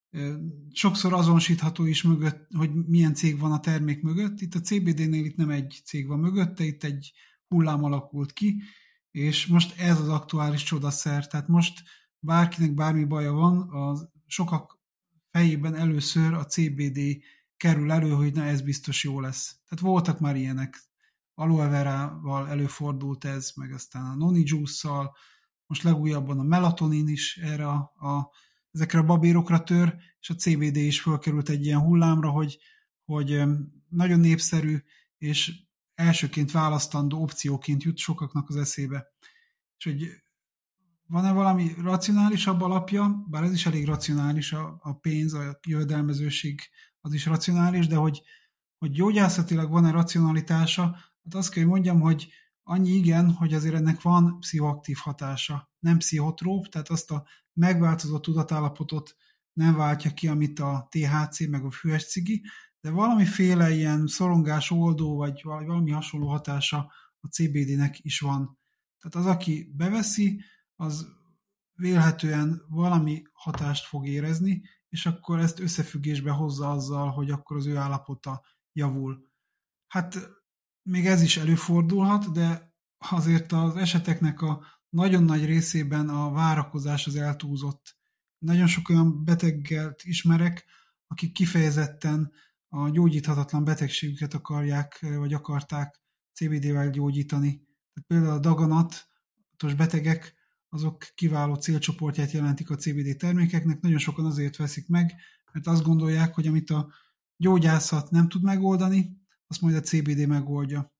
Sokszor azonosítható is mögött, hogy milyen cég van a termék mögött. Itt a cé bé dé-nél itt nem egy cég van mögötte, itt egy hullám alakult ki, és most ez az aktuális csodaszer. Tehát most bárkinek bármi baja van, a sokak fejében először a cé bé dé kerül elő, hogy na ez biztos jó lesz. Tehát voltak már ilyenek. Aloe verával előfordult ez, meg aztán a noni juice-szal, most legújabban a melatonin is erre a, a, ezekre a babérokra tör, és a cé bé dé is fölkerült egy ilyen hullámra, hogy, hogy nagyon népszerű, és elsőként választandó opcióként jut sokaknak az eszébe. És hogy van-e valami racionálisabb alapja, bár ez is elég racionális, a, a pénz, a jövedelmezőség az is racionális, de hogy, hogy gyógyászatilag van-e racionalitása, hát azt kell, hogy mondjam, hogy annyi igen, hogy azért ennek van pszichoaktív hatása, nem pszichotróp, tehát azt a megváltozott tudatállapotot nem váltja ki, amit a té há cé meg a füves cigi, de valamiféle ilyen szorongás oldó, vagy valami hasonló hatása a cé bé dé-nek is van. Tehát az, aki beveszi, az vélhetően valami hatást fog érezni, és akkor ezt összefüggésbe hozza azzal, hogy akkor az ő állapota javul. Hát még ez is előfordulhat, de azért az eseteknek a nagyon nagy részében a várakozás az eltúlzott. Nagyon sok olyan beteget ismerek, akik kifejezetten a gyógyíthatatlan betegségüket akarják, vagy akarták cé bé dé-vel gyógyítani. Tehát például a daganatos betegek, azok kiváló célcsoportját jelentik a cé bé dé termékeknek, nagyon sokan azért veszik meg, mert azt gondolják, hogy amit a gyógyászat nem tud megoldani, azt majd a cé bé dé megoldja.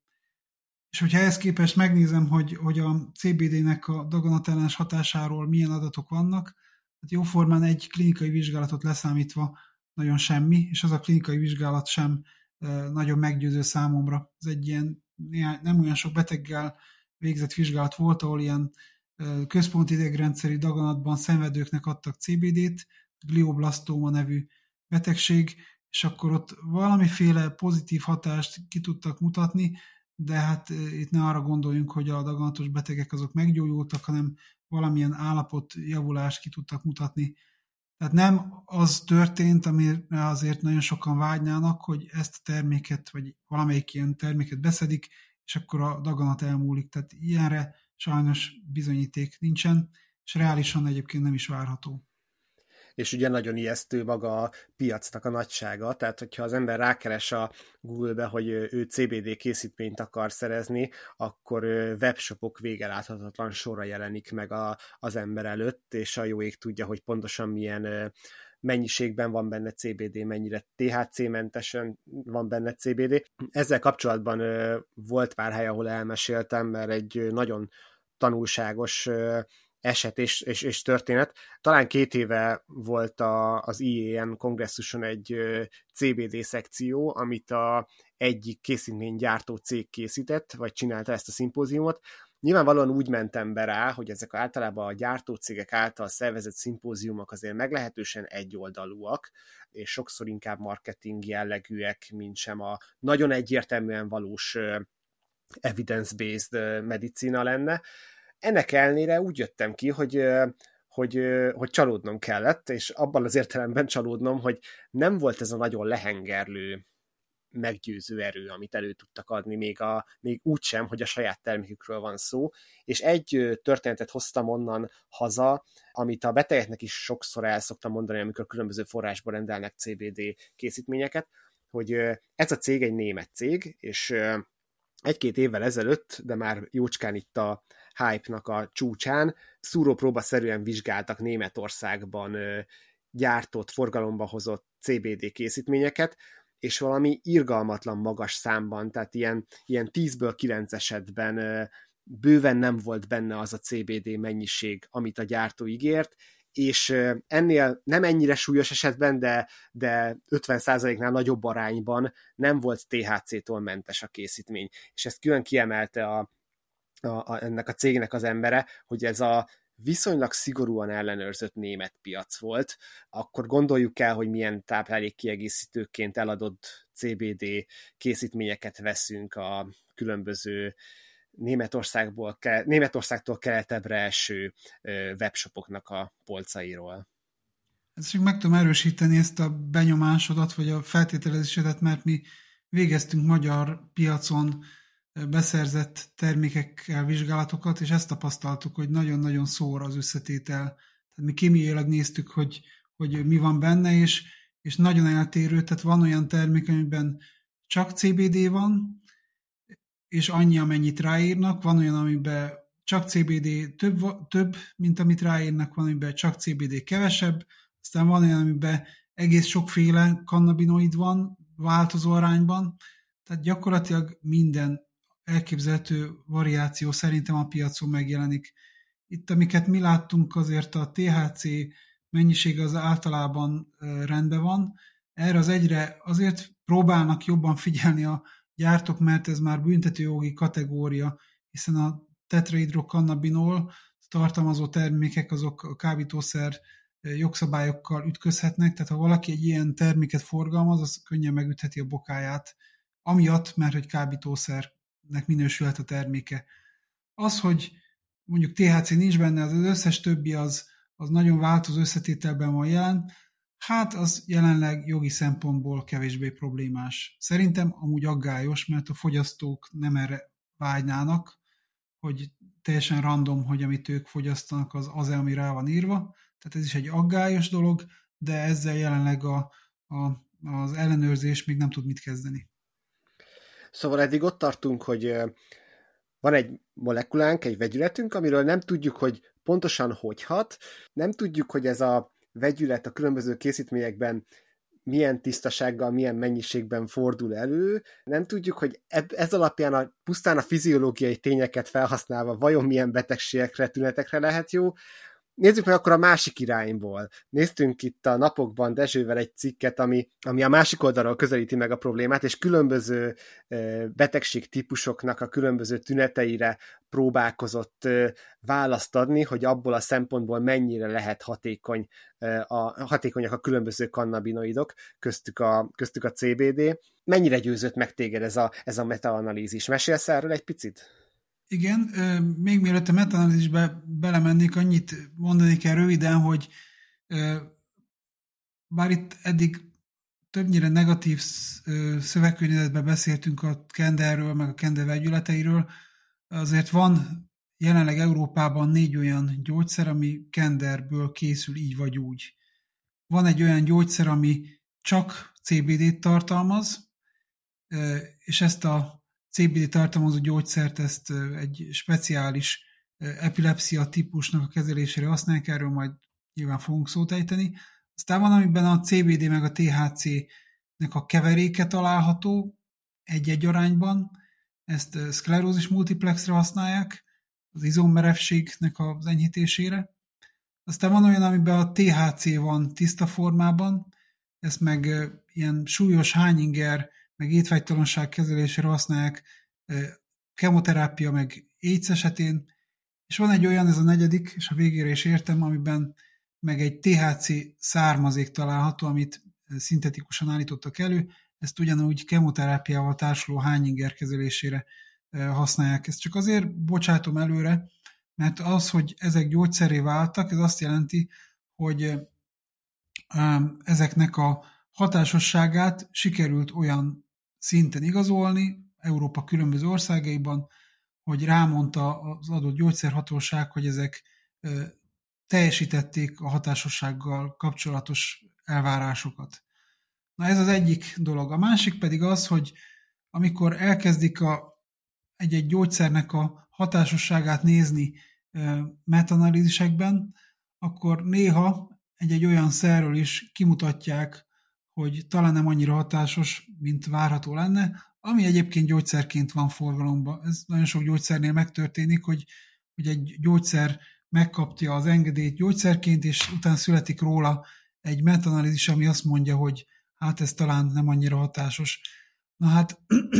És hogyha ehhez képest megnézem, hogy, hogy a cé bé dé-nek a daganatellenes hatásáról milyen adatok vannak, hát jóformán egy klinikai vizsgálatot leszámítva nagyon semmi, és az a klinikai vizsgálat sem e, nagyon meggyőző számomra. Ez egy ilyen nem olyan sok beteggel végzett vizsgálat volt, ahol ilyen e, központi idegrendszeri daganatban szenvedőknek adtak cé bé dét, glioblastóma nevű betegség, és akkor ott valamiféle pozitív hatást ki tudtak mutatni, de hát itt ne arra gondoljunk, hogy a daganatos betegek azok meggyógyultak, hanem valamilyen állapot javulást ki tudtak mutatni. Tehát nem az történt, amire azért nagyon sokan vágynának, hogy ezt a terméket, vagy valamelyik ilyen terméket beszedik, és akkor a daganat elmúlik. Tehát ilyenre sajnos bizonyíték nincsen, és reálisan egyébként nem is várható. És ugye nagyon ijesztő maga a piacnak a nagysága, tehát hogyha az ember rákeres a Google-be, hogy ő cé bé dé készítményt akar szerezni, akkor webshopok végeláthatatlan sorra jelenik meg a, az ember előtt, és a jó ég tudja, hogy pontosan milyen mennyiségben van benne cé bé dé, mennyire té há cé-mentesen van benne cé bé dé. Ezzel kapcsolatban volt pár hely, ahol elmeséltem, mert egy nagyon tanulságos eset és, és, és történet. Talán két éve volt a, az i á en kongresszuson egy cé bé dé szekció, amit a egyik készítménygyártó cég készített, vagy csinálta ezt a szimpóziumot. Nyilvánvalóan úgy mentem be rá, hogy ezek általában a gyártócégek által szervezett szimpóziumok azért meglehetősen egyoldalúak, és sokszor inkább marketing jellegűek, mint sem a nagyon egyértelműen valós evidence-based medicina lenne. Ennek ellenére úgy jöttem ki, hogy, hogy, hogy csalódnom kellett, és abban az értelemben csalódnom, hogy nem volt ez a nagyon lehengerlő, meggyőző erő, amit elő tudtak adni, még, a, még úgy sem, hogy a saját termékükről van szó. És egy történetet hoztam onnan haza, amit a betegeknek is sokszor el szoktam mondani, amikor különböző forrásból rendelnek cé bé dé készítményeket, hogy ez a cég egy német cég, és egy-két évvel ezelőtt, de már jócskán itt a hype-nak a csúcsán, szúrópróbaszerűen vizsgáltak Németországban gyártott, forgalomba hozott cé bé dé készítményeket, és valami irgalmatlan magas számban, tehát ilyen, ilyen tízből kilenc esetben bőven nem volt benne az a cé bé dé mennyiség, amit a gyártó ígért, és ennél nem ennyire súlyos esetben, de, de ötven százaléknál nagyobb arányban nem volt té há cé-tól mentes a készítmény. És ezt külön kiemelte a, a, a, ennek a cégnek az embere, hogy ez a viszonylag szigorúan ellenőrzött német piac volt, akkor gondoljuk el, hogy milyen táplálékkiegészítőként eladott cé bé dé készítményeket veszünk a különböző Németországból, Németországtól keletebbre eső webshopoknak a polcairól. Ezt csak meg tudom erősíteni ezt a benyomásodat, vagy a feltételezésedet, mert mi végeztünk magyar piacon beszerzett termékekkel vizsgálatokat, és ezt tapasztaltuk, hogy nagyon-nagyon szór az összetétel. Tehát mi kémiailag néztük, hogy, hogy mi van benne, és, és nagyon eltérő, tehát van olyan termék, amiben csak cé bé dé van, és annyi, amennyit ráírnak, van olyan, amiben csak cé bé dé több, több, mint amit ráírnak, van, amiben csak cé bé dé kevesebb, aztán van olyan, amiben egész sokféle kannabinoid van, változó arányban, tehát gyakorlatilag minden elképzelhető variáció szerintem a piacon megjelenik. Itt, amiket mi láttunk, azért a té há cé mennyisége az általában rendben van. Erre az egyre azért próbálnak jobban figyelni a gyártók, mert ez már büntetőjogi kategória, hiszen a tetrahidrokannabinol tartalmazó termékek azok a kábítószer jogszabályokkal ütközhetnek, tehát ha valaki egy ilyen terméket forgalmaz, az könnyen megütheti a bokáját, amiatt, mert hogy kábítószernek minősülhet a terméke. Az, hogy mondjuk té há cé nincs benne, az összes többi az, az nagyon változó összetételben van jelen, hát az jelenleg jogi szempontból kevésbé problémás. Szerintem amúgy aggályos, mert a fogyasztók nem erre vágynának, hogy teljesen random, hogy amit ők fogyasztanak, az az, ami rá van írva. Tehát ez is egy aggályos dolog, de ezzel jelenleg a, a, az ellenőrzés még nem tud mit kezdeni. Szóval eddig ott tartunk, hogy van egy molekulánk, egy vegyületünk, amiről nem tudjuk, hogy pontosan hogy hat, nem tudjuk, hogy ez a vegyület a különböző készítményekben milyen tisztasággal, milyen mennyiségben fordul elő, nem tudjuk, hogy ez alapján a, pusztán a fiziológiai tényeket felhasználva vajon milyen betegségekre, tünetekre lehet jó. Nézzük meg akkor a másik irányból. Néztünk itt a napokban Dezsővel egy cikket, ami, ami a másik oldalról közelíti meg a problémát, és különböző betegségtípusoknak a különböző tüneteire próbálkozott választ adni, hogy abból a szempontból mennyire lehet hatékony, a, hatékonyak a különböző kannabinoidok, köztük a, köztük a cé bé dé. Mennyire győzött meg téged ez a, ez a metaanalízis? Mesélsz erről egy picit? Igen, még mielőtt a metaanalízisbe belemennék, annyit mondani kell röviden, hogy bár itt eddig többnyire negatív szövegkörnyezetben beszéltünk a kenderről, meg a kender vegyületeiről, azért van jelenleg Európában négy olyan gyógyszer, ami kenderből készül így vagy úgy. Van egy olyan gyógyszer, ami csak cé bé dét tartalmaz, és ezt a cé bé dé tartalmazó gyógyszert ezt egy speciális epilepszia típusnak a kezelésére használják, erről majd nyilván fogunk szót ejteni. Aztán van, amiben a cé bé dé meg a té há cé-nek a keveréke található egy-egy arányban, ezt szklerózis multiplexre használják, az izommerevségnek az enyhítésére. Aztán van olyan, amiben a té há cé van tiszta formában, ezt meg ilyen súlyos hányinger, meg étvágytalanság kezelésére használják, kemoterápia, meg AIDS esetén, és van egy olyan, ez a negyedik, és a végére is értem, amiben meg egy té há cé származék található, amit szintetikusan állítottak elő, ezt ugyanúgy kemoterápiával társuló hányinger kezelésére használják. Ezt csak azért bocsátom előre, mert az, hogy ezek gyógyszerré váltak, ez azt jelenti, hogy ezeknek a hatásosságát sikerült olyan szinten igazolni Európa különböző országaiban, hogy rámondta az adott gyógyszerhatóság, hogy ezek teljesítették a hatásossággal kapcsolatos elvárásokat. Na ez az egyik dolog. A másik pedig az, hogy amikor elkezdik a, egy-egy gyógyszernek a hatásosságát nézni metaanalízisekben, akkor néha egy-egy olyan szerről is kimutatják, hogy talán nem annyira hatásos, mint várható lenne, ami egyébként gyógyszerként van forgalomban. Ez nagyon sok gyógyszernél megtörténik, hogy, hogy egy gyógyszer megkapja az engedélyt gyógyszerként, és utána születik róla egy metaanalízis, ami azt mondja, hogy hát ez talán nem annyira hatásos. Na hát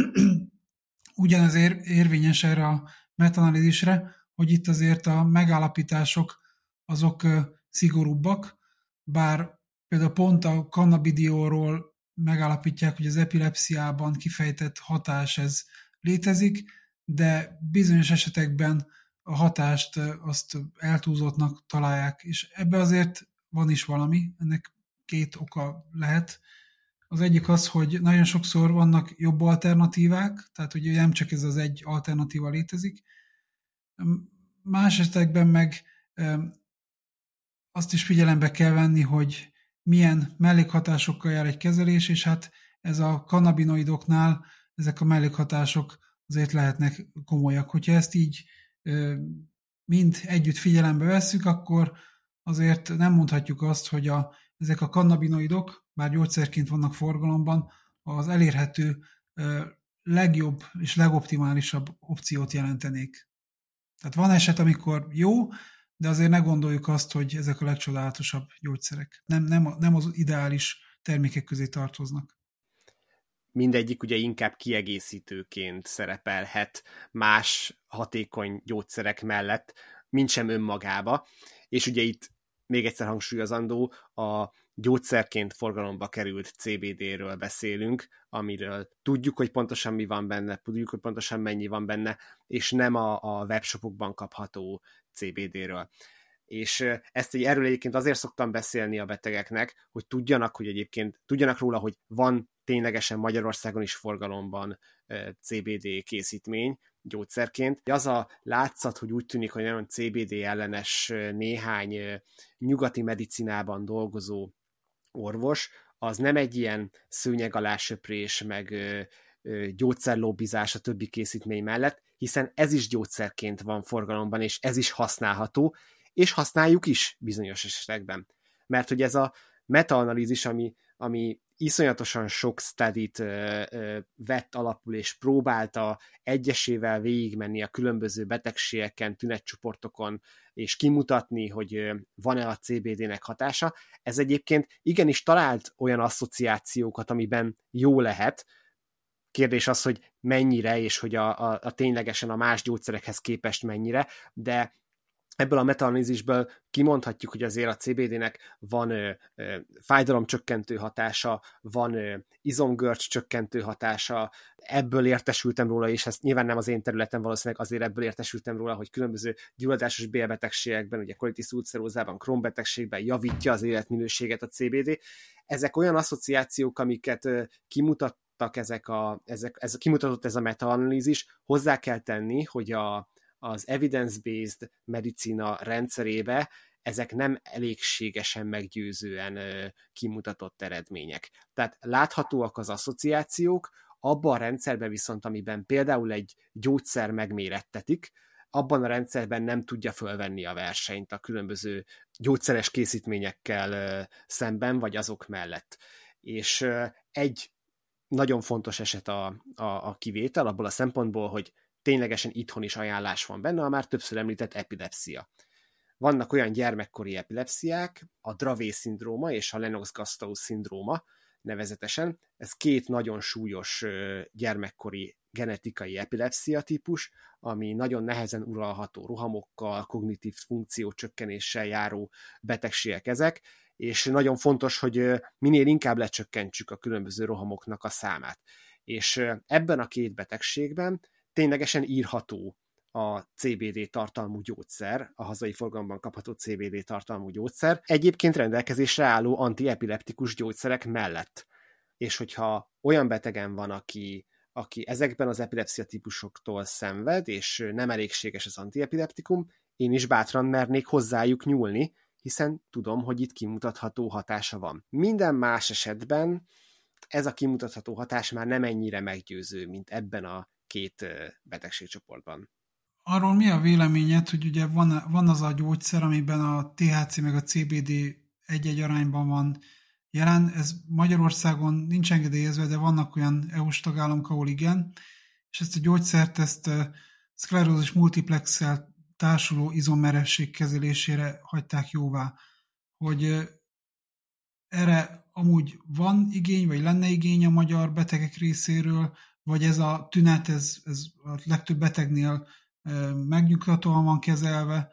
ugyanezért érvényes erre a metaanalízisre, hogy itt azért a megállapítások azok szigorúbbak, bár például pont a cannabidiolról megállapítják, hogy az epilepsziában kifejtett hatás ez létezik, de bizonyos esetekben a hatást azt eltúlzottnak találják, és ebbe azért van is valami, ennek két oka lehet. Az egyik az, hogy nagyon sokszor vannak jobb alternatívák, tehát ugye nem csak ez az egy alternatíva létezik. Más esetekben meg azt is figyelembe kell venni, hogy milyen mellékhatásokkal jár egy kezelés, és hát ez a kannabinoidoknál ezek a mellékhatások azért lehetnek komolyak. Hogyha ezt így mind együtt figyelembe vesszük, akkor azért nem mondhatjuk azt, hogy a, ezek a kannabinoidok, bár gyógyszerként vannak forgalomban, az elérhető legjobb és legoptimálisabb opciót jelentenék. Tehát van eset, amikor jó, de azért ne gondoljuk azt, hogy ezek a legcsodálatosabb gyógyszerek. Nem, nem, nem az ideális termékek közé tartoznak. Mindegyik ugye inkább kiegészítőként szerepelhet más hatékony gyógyszerek mellett, mint sem önmagába. És ugye itt még egyszer hangsúlyozandó, a gyógyszerként forgalomba került cé bé dé-ről beszélünk, amiről tudjuk, hogy pontosan mi van benne, tudjuk, hogy pontosan mennyi van benne, és nem a, a webshopokban kapható cé bé dé-ről. És ezt erről egyébként azért szoktam beszélni a betegeknek, hogy tudjanak, hogy egyébként tudjanak róla, hogy van ténylegesen Magyarországon is forgalomban cé bé dé készítmény, gyógyszerként. Az a látszat, hogy úgy tűnik, hogy nagyon cé bé dé ellenes néhány nyugati medicinában dolgozó orvos, az nem egy ilyen szőnyeg alá söprés, meg gyógyszerlobbizás a többi készítmény mellett, hiszen ez is gyógyszerként van forgalomban, és ez is használható, és használjuk is bizonyos esetekben. Mert hogy ez a metaanalízis, ami, ami iszonyatosan sok studyt ö, ö, vett alapul, és próbálta egyesével végigmenni a különböző betegségeken, tünetcsoportokon, és kimutatni, hogy van-e a cé bé dé-nek hatása. Ez egyébként igenis talált olyan asszociációkat, amiben jó lehet. Kérdés az, hogy mennyire, és hogy a, a, a ténylegesen a más gyógyszerekhez képest mennyire, de ebből a metaanalízisből kimondhatjuk, hogy azért a cé bé dé-nek van ö, ö, fájdalomcsökkentő hatása, van ö, izomgörcs csökkentő hatása, ebből értesültem róla, és ez nyilván nem az én területem, valószínűleg azért ebből értesültem róla, hogy különböző gyulladásos bélbetegségekben, ugye colitis ulcerózában, Crohn betegségben javítja az életminőséget a cé bé dé. Ezek olyan asszociációk, amiket ö, kimutattak ezek a, ezek, ez, kimutatott ez a metaanalízis. Hozzá kell tenni, hogy a az evidence-based medicina rendszerébe ezek nem elégségesen meggyőzően ö, kimutatott eredmények. Tehát láthatóak az asszociációk, abban a rendszerben viszont, amiben például egy gyógyszer megmérettetik, abban a rendszerben nem tudja fölvenni a versenyt a különböző gyógyszeres készítményekkel ö, szemben, vagy azok mellett. És ö, egy nagyon fontos eset a, a, a kivétel, abból a szempontból, hogy ténylegesen itthon is ajánlás van benne, a már többször említett epilepszia. Vannak olyan gyermekkori epilepsziák, a Dravet-szindróma és a Lennox-Gastaut szindróma nevezetesen. Ez két nagyon súlyos gyermekkori genetikai epilepszia típus, ami nagyon nehezen uralható rohamokkal, kognitív funkciócsökkenéssel járó betegségek ezek, és nagyon fontos, hogy minél inkább lecsökkentsük a különböző rohamoknak a számát. És ebben a két betegségben ténylegesen írható a cé bé dé tartalmú gyógyszer, a hazai forgalomban kapható cé bé dé tartalmú gyógyszer, egyébként rendelkezésre álló antiepileptikus gyógyszerek mellett. És hogyha olyan betegen van, aki, aki ezekben az epilepszia típusoktól szenved, és nem elégséges az antiepileptikum, én is bátran mernék hozzájuk nyúlni, hiszen tudom, hogy itt kimutatható hatása van. Minden más esetben ez a kimutatható hatás már nem ennyire meggyőző, mint ebben a két betegségcsoportban. Arról mi a véleményed, hogy ugye van, van az a gyógyszer, amiben a té há cé meg a cé bé dé egy-egy arányban van jelen. Ez Magyarországon nincs engedélyezve, de vannak olyan é u-s tagállamok, ahol igen, és ezt a gyógyszert ezt szklerózis multiplexsel társuló izommerevség kezelésére hagyták jóvá. Hogy erre amúgy van igény, vagy lenne igény a magyar betegek részéről, vagy ez a tünet, ez, ez a legtöbb betegnél megnyugtatóan van kezelve.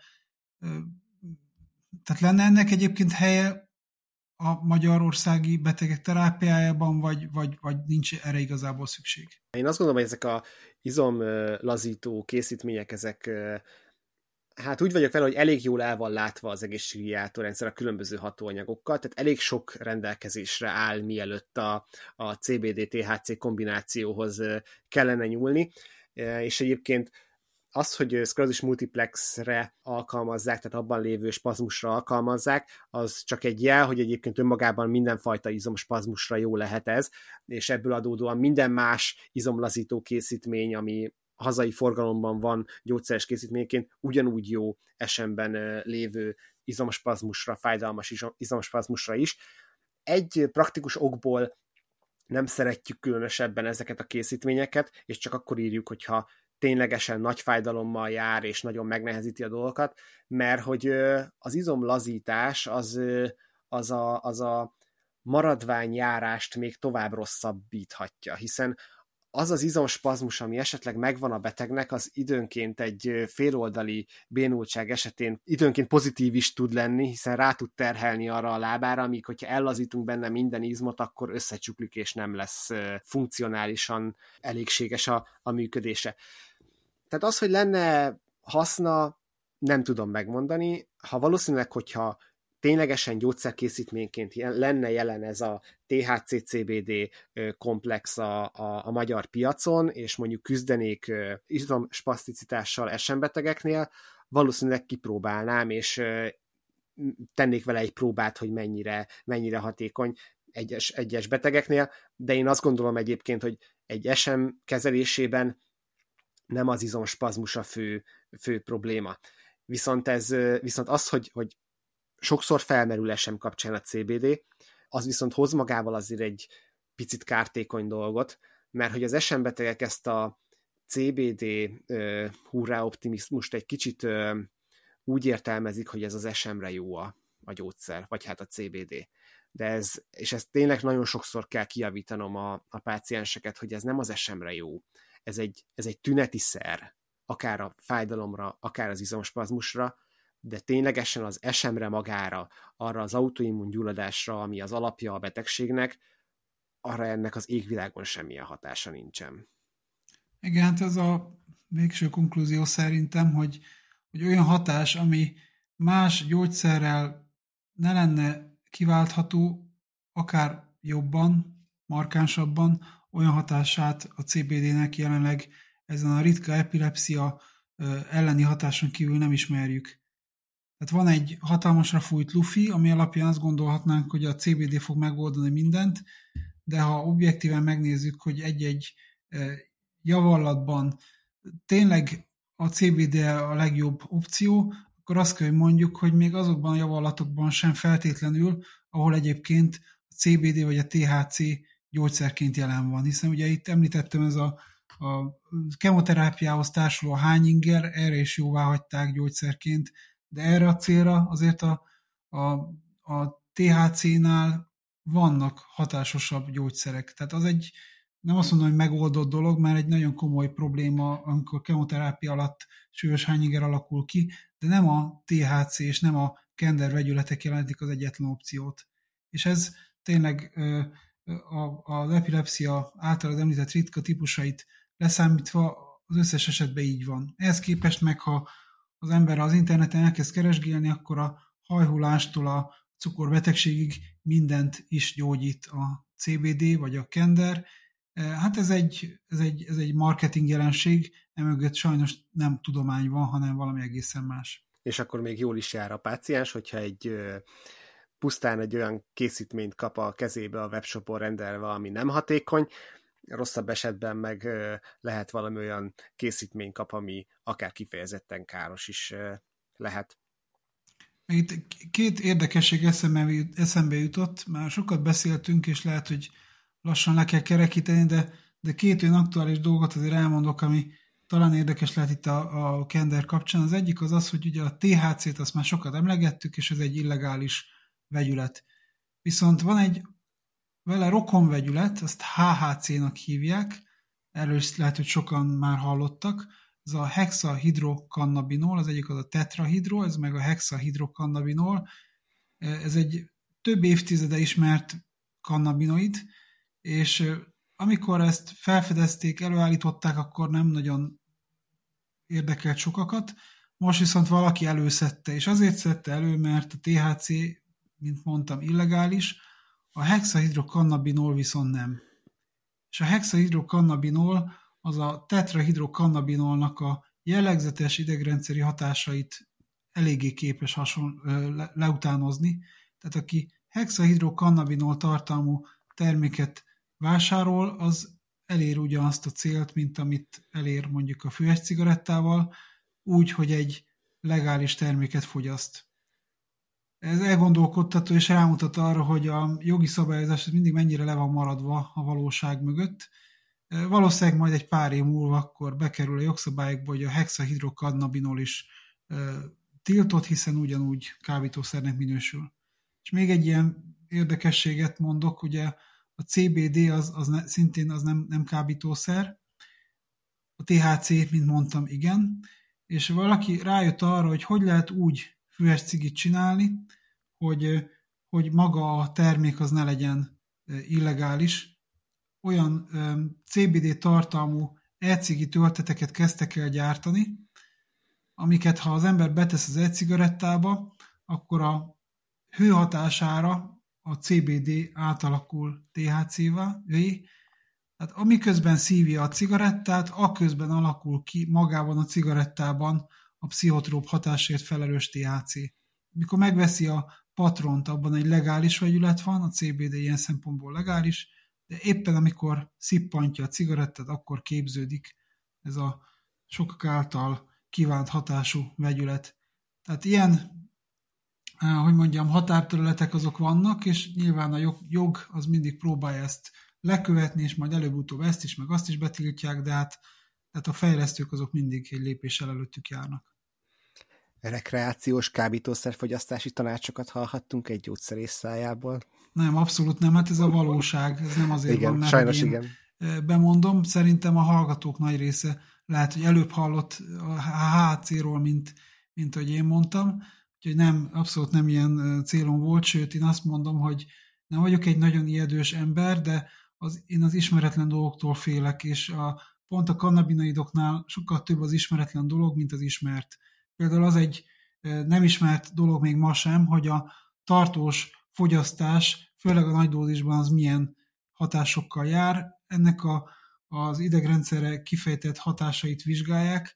Tehát lenne ennek egyébként helye a magyarországi betegek terápiájában, vagy, vagy, vagy nincs erre igazából szükség? Én azt gondolom, hogy ezek a izomlazító készítmények, ezek hát úgy vagyok vele, hogy elég jól el van látva az egészségügyi ellátórendszer a különböző hatóanyagokkal, tehát elég sok rendelkezésre áll, mielőtt a, a cé bé dé-té há cé kombinációhoz kellene nyúlni, és egyébként az, hogy szklerózis multiplexre alkalmazzák, tehát abban lévő spazmusra alkalmazzák, az csak egy jel, hogy egyébként önmagában mindenfajta izomspazmusra jó lehet ez, és ebből adódóan minden más izomlazító készítmény, ami hazai forgalomban van gyógyszeres készítményként, ugyanúgy jó esemben lévő izomspazmusra, fájdalmas izomspazmusra is. Egy praktikus okból nem szeretjük különösebben ezeket a készítményeket, és csak akkor írjuk, hogyha ténylegesen nagy fájdalommal jár, és nagyon megnehezíti a dolgokat, mert hogy az izomlazítás az, az, a, az a maradványjárást még tovább rosszabbíthatja, hiszen az az izomspazmus, ami esetleg megvan a betegnek, az időnként egy féloldali bénultság esetén időnként pozitív is tud lenni, hiszen rá tud terhelni arra a lábára, amíg hogyha ellazítunk benne minden izmot, akkor összecsuklik, és nem lesz funkcionálisan elégséges a, a működése. Tehát az, hogy lenne haszna, nem tudom megmondani. Ha valószínűleg, hogyha ténylegesen gyógyszerkészítményként lenne jelen ez a té há cé cé bé dé komplex a, a, a magyar piacon, és mondjuk küzdenék izomspaszticitással es em betegeknél, valószínűleg kipróbálnám, és tennék vele egy próbát, hogy mennyire, mennyire hatékony egyes, egyes betegeknél, de én azt gondolom egyébként, hogy egy es em kezelésében nem az izomspazmus a fő, fő probléma. Viszont, ez, viszont az, hogy, hogy sokszor felmerül es em kapcsán a cé bé dé, az viszont hoz magával azért egy picit kártékony dolgot, mert hogy az es em betegek ezt a cé bé dé uh, hurrá optimizmust egy kicsit uh, úgy értelmezik, hogy ez az es emre jó a, a gyógyszer, vagy hát a cé bé dé. De ez, és ezt tényleg nagyon sokszor kell kijavítanom a, a pácienseket, hogy ez nem az es emre jó. Ez egy, ez egy tüneti szer, akár a fájdalomra, akár az izomspazmusra, de ténylegesen az es emre magára, arra az autoimmun gyulladásra, ami az alapja a betegségnek, arra ennek az égvilágon semmilyen hatása nincsen. Igen, hát ez a végső konklúzió szerintem, hogy, hogy olyan hatás, ami más gyógyszerrel ne lenne kiváltható, akár jobban, markánsabban, olyan hatását a cé bé dé-nek jelenleg ezen a ritka epilepszia elleni hatáson kívül nem ismerjük. Tehát van egy hatalmasra fújt lufi, ami alapján azt gondolhatnánk, hogy a cé bé dé fog megoldani mindent, de ha objektíven megnézzük, hogy egy-egy javallatban tényleg a cé bé dé a legjobb opció, akkor azt kell, hogy mondjuk, hogy még azokban a javallatokban sem feltétlenül, ahol egyébként a cé bé dé vagy a té há cé gyógyszerként jelen van. Hiszen ugye itt említettem, ez a, a kemoterápiához társuló hányinger, erre is jóvá hagyták gyógyszerként, de erre a célra azért a, a, a té há cé-nál vannak hatásosabb gyógyszerek. Tehát az egy, nem azt mondom, hogy megoldott dolog, mert egy nagyon komoly probléma, amikor kemoterápia alatt súlyos hányinger alakul ki, de nem a té há cé és nem a kender vegyületek jelentik az egyetlen opciót. És ez tényleg az epilepszia által említett ritka típusait leszámítva az összes esetben így van. Ehhez képest meg, ha az ember az interneten elkezd keresgélni, akkor a hajhulástól a cukorbetegségig mindent is gyógyít a cé bé dé vagy a kender. Hát ez egy, ez egy, ez egy marketing jelenség, emögött sajnos nem tudomány van, hanem valami egészen más. És akkor még jól is jár a páciens, hogyha egy pusztán egy olyan készítményt kap a kezébe a webshopon rendelve, ami nem hatékony, rosszabb esetben meg lehet valami olyan készítmény kap, ami akár kifejezetten káros is lehet. Itt két érdekesség eszembe, eszembe jutott, már sokat beszéltünk, és lehet, hogy lassan le kell kerekíteni, de, de két olyan aktuális dolgot azért elmondok, ami talán érdekes lehet itt a, a kender kapcsán. Az egyik az az, hogy ugye a té há cét azt már sokat emlegettük, és ez egy illegális vegyület. Viszont van egy vele rokonvegyület, azt há há cé-nak hívják, erről is lehet, hogy sokan már hallottak. Ez a hexahidrokannabinol, az egyik az a tetrahidro, ez meg a hexahidrokannabinol. Ez egy több évtizede ismert kannabinoid, és amikor ezt felfedezték, előállították, akkor nem nagyon érdekelt sokakat. Most viszont valaki előszedte, és azért szedte elő, mert a té há cé, mint mondtam, illegális, a hexahidrokannabinol viszont nem. És a hexahidrokannabinol az a tetrahidrokannabinolnak a jellegzetes idegrendszeri hatásait eléggé képes hason, le, leutánozni. Tehát aki hexahidrokannabinol tartalmú terméket vásárol, az elér ugyanazt a célt, mint amit elér mondjuk a füves cigarettával, úgy, hogy egy legális terméket fogyaszt. Ez elgondolkodtató, és rámutat arra, hogy a jogi szabályozás mindig mennyire le van maradva a valóság mögött. Valószínűleg majd egy pár év múlva akkor bekerül a jogszabályokba, hogy a hexahidrokannabinol is tiltott, hiszen ugyanúgy kábítószernek minősül. És még egy ilyen érdekességet mondok, ugye a cé bé dé az, az ne, szintén az nem, nem kábítószer, a té há cé, mint mondtam, igen, és valaki rájött arra, hogy hogy lehet úgy füves cigit csinálni, hogy, hogy maga a termék az ne legyen illegális. Olyan cé bé dé tartalmú e-cigi tölteteket kezdtek el gyártani, amiket ha az ember betesz az e-cigarettába, akkor a hő hatására a cé bé dé átalakul té há cé-vé, tehát amiközben szívja a cigarettát, aközben alakul ki magában a cigarettában a pszichotróp hatásért felelős té há cé. Mikor megveszi a patront, abban egy legális vegyület van, a cé bé dé ilyen szempontból legális, de éppen amikor szippantja a cigarettát, akkor képződik ez a sokak által kívánt hatású vegyület. Tehát ilyen, hogy mondjam, határterületek azok vannak, és nyilván a jog, jog az mindig próbálja ezt lekövetni, és majd előbb-utóbb ezt is, meg azt is betiltják, de hát tehát a fejlesztők azok mindig egy lépéssel előttük járnak. Rekreációs kábítószerfogyasztási tanácsokat hallhattunk egy gyógyszerész szájából? Nem, abszolút nem, hát ez a valóság, ez nem azért igen, van, mert sajnos én igen. bemondom, szerintem a hallgatók nagy része lehet, hogy előbb hallott a há cé-ról, mint, mint hogy én mondtam, úgyhogy nem, abszolút nem ilyen célom volt, sőt, én azt mondom, hogy nem vagyok egy nagyon ijedős ember, de az, én az ismeretlen dolgoktól félek, és a, pont a kannabinoidoknál sokkal több az ismeretlen dolog, mint az ismert. Például az egy nem ismert dolog még ma sem, hogy a tartós fogyasztás, főleg a nagy dózisban az milyen hatásokkal jár. Ennek a, az idegrendszerre kifejtett hatásait vizsgálják.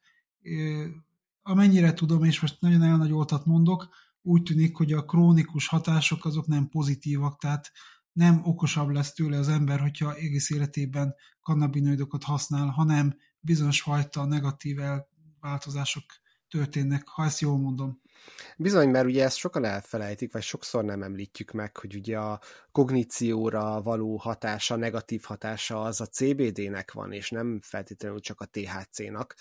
Amennyire tudom, és most nagyon elnagyoltat mondok, úgy tűnik, hogy a krónikus hatások azok nem pozitívak, tehát nem okosabb lesz tőle az ember, hogyha egész életében kannabinoidokat használ, hanem bizonyos fajta negatív elváltozások történnek, ha ezt jól mondom. Bizony, mert ugye ezt sokan elfelejtik, vagy sokszor nem említjük meg, hogy ugye a kognícióra való hatása, negatív hatása az a cé bé dé-nek van, és nem feltétlenül csak a té há cé-nak.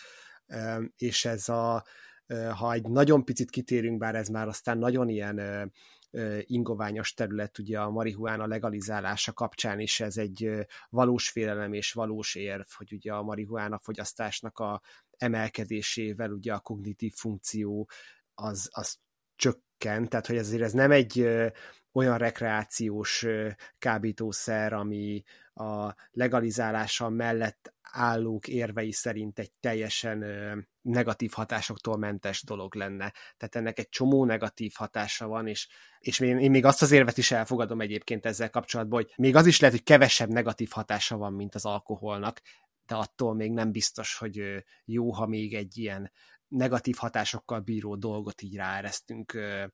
És ez a, ha egy nagyon picit kitérünk, bár ez már aztán nagyon ilyen ingoványos terület, ugye a marihuána legalizálása kapcsán is ez egy valós félelem és valós érv, hogy ugye a marihuána fogyasztásnak a emelkedésével ugye a kognitív funkció az, az csökken, tehát hogy azért ez nem egy ö, olyan rekreációs ö, kábítószer, ami a legalizálása mellett állók érvei szerint egy teljesen ö, negatív hatásoktól mentes dolog lenne. Tehát ennek egy csomó negatív hatása van, és, és én, én még azt az érvet is elfogadom egyébként ezzel kapcsolatban, hogy még az is lehet, hogy kevesebb negatív hatása van, mint az alkoholnak, de attól még nem biztos, hogy ö, jó, ha még egy ilyen negatív hatásokkal bíró dolgot így ráeresztünk ö,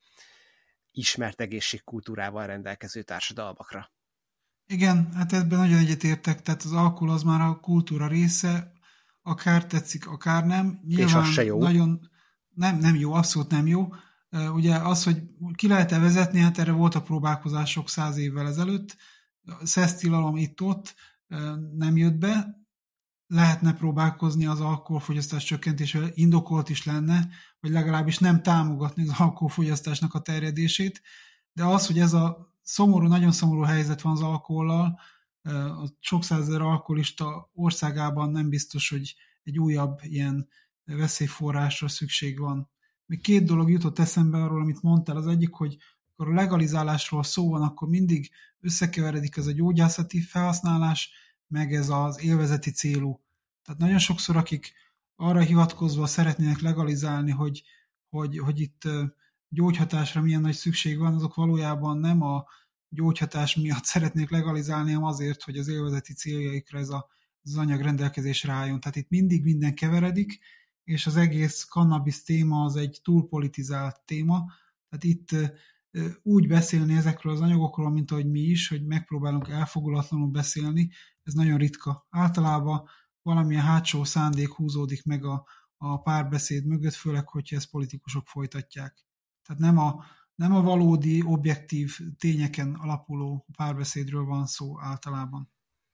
ismert egészségkultúrával rendelkező társadalmakra. Igen, hát ebben nagyon egyetértek, tehát az alkohol az már a kultúra része, akár tetszik, akár nem. Nyilván és az se jó. Nagyon, nem, nem jó, abszolút nem jó. Ugye az, hogy ki lehet-e vezetni, hát erre voltak próbálkozások száz évvel ezelőtt. Szesztilalom itt-ott nem jött be, lehetne próbálkozni az alkoholfogyasztás csökkentésével, indokolt is lenne, vagy legalábbis nem támogatni az alkoholfogyasztásnak a terjedését, de az, hogy ez a szomorú, nagyon szomorú helyzet van az alkohollal, a sok százezer alkoholista országában nem biztos, hogy egy újabb ilyen veszélyforrásra szükség van. Még két dolog jutott eszembe arról, amit mondtál. Az egyik, hogy amikor a legalizálásról szó van, akkor mindig összekeveredik ez a gyógyászati felhasználás, meg ez az élvezeti célú. Tehát nagyon sokszor, akik arra hivatkozva szeretnének legalizálni, hogy, hogy, hogy itt gyógyhatásra milyen nagy szükség van, azok valójában nem a gyógyhatás miatt szeretnék legalizálni, hanem azért, hogy az élvezeti céljaikra ez a, az anyag rendelkezésre álljon. Tehát itt mindig minden keveredik, és az egész cannabis téma az egy túlpolitizált téma. Tehát itt úgy beszélni ezekről az anyagokról, mint ahogy mi is, hogy megpróbálunk elfogulatlanul beszélni, ez nagyon ritka. Általában valamilyen hátsó szándék húzódik meg a, a párbeszéd mögött, főleg, hogyha ezt politikusok folytatják. Tehát nem a, nem a valódi, objektív tényeken alapuló párbeszédről van szó általában.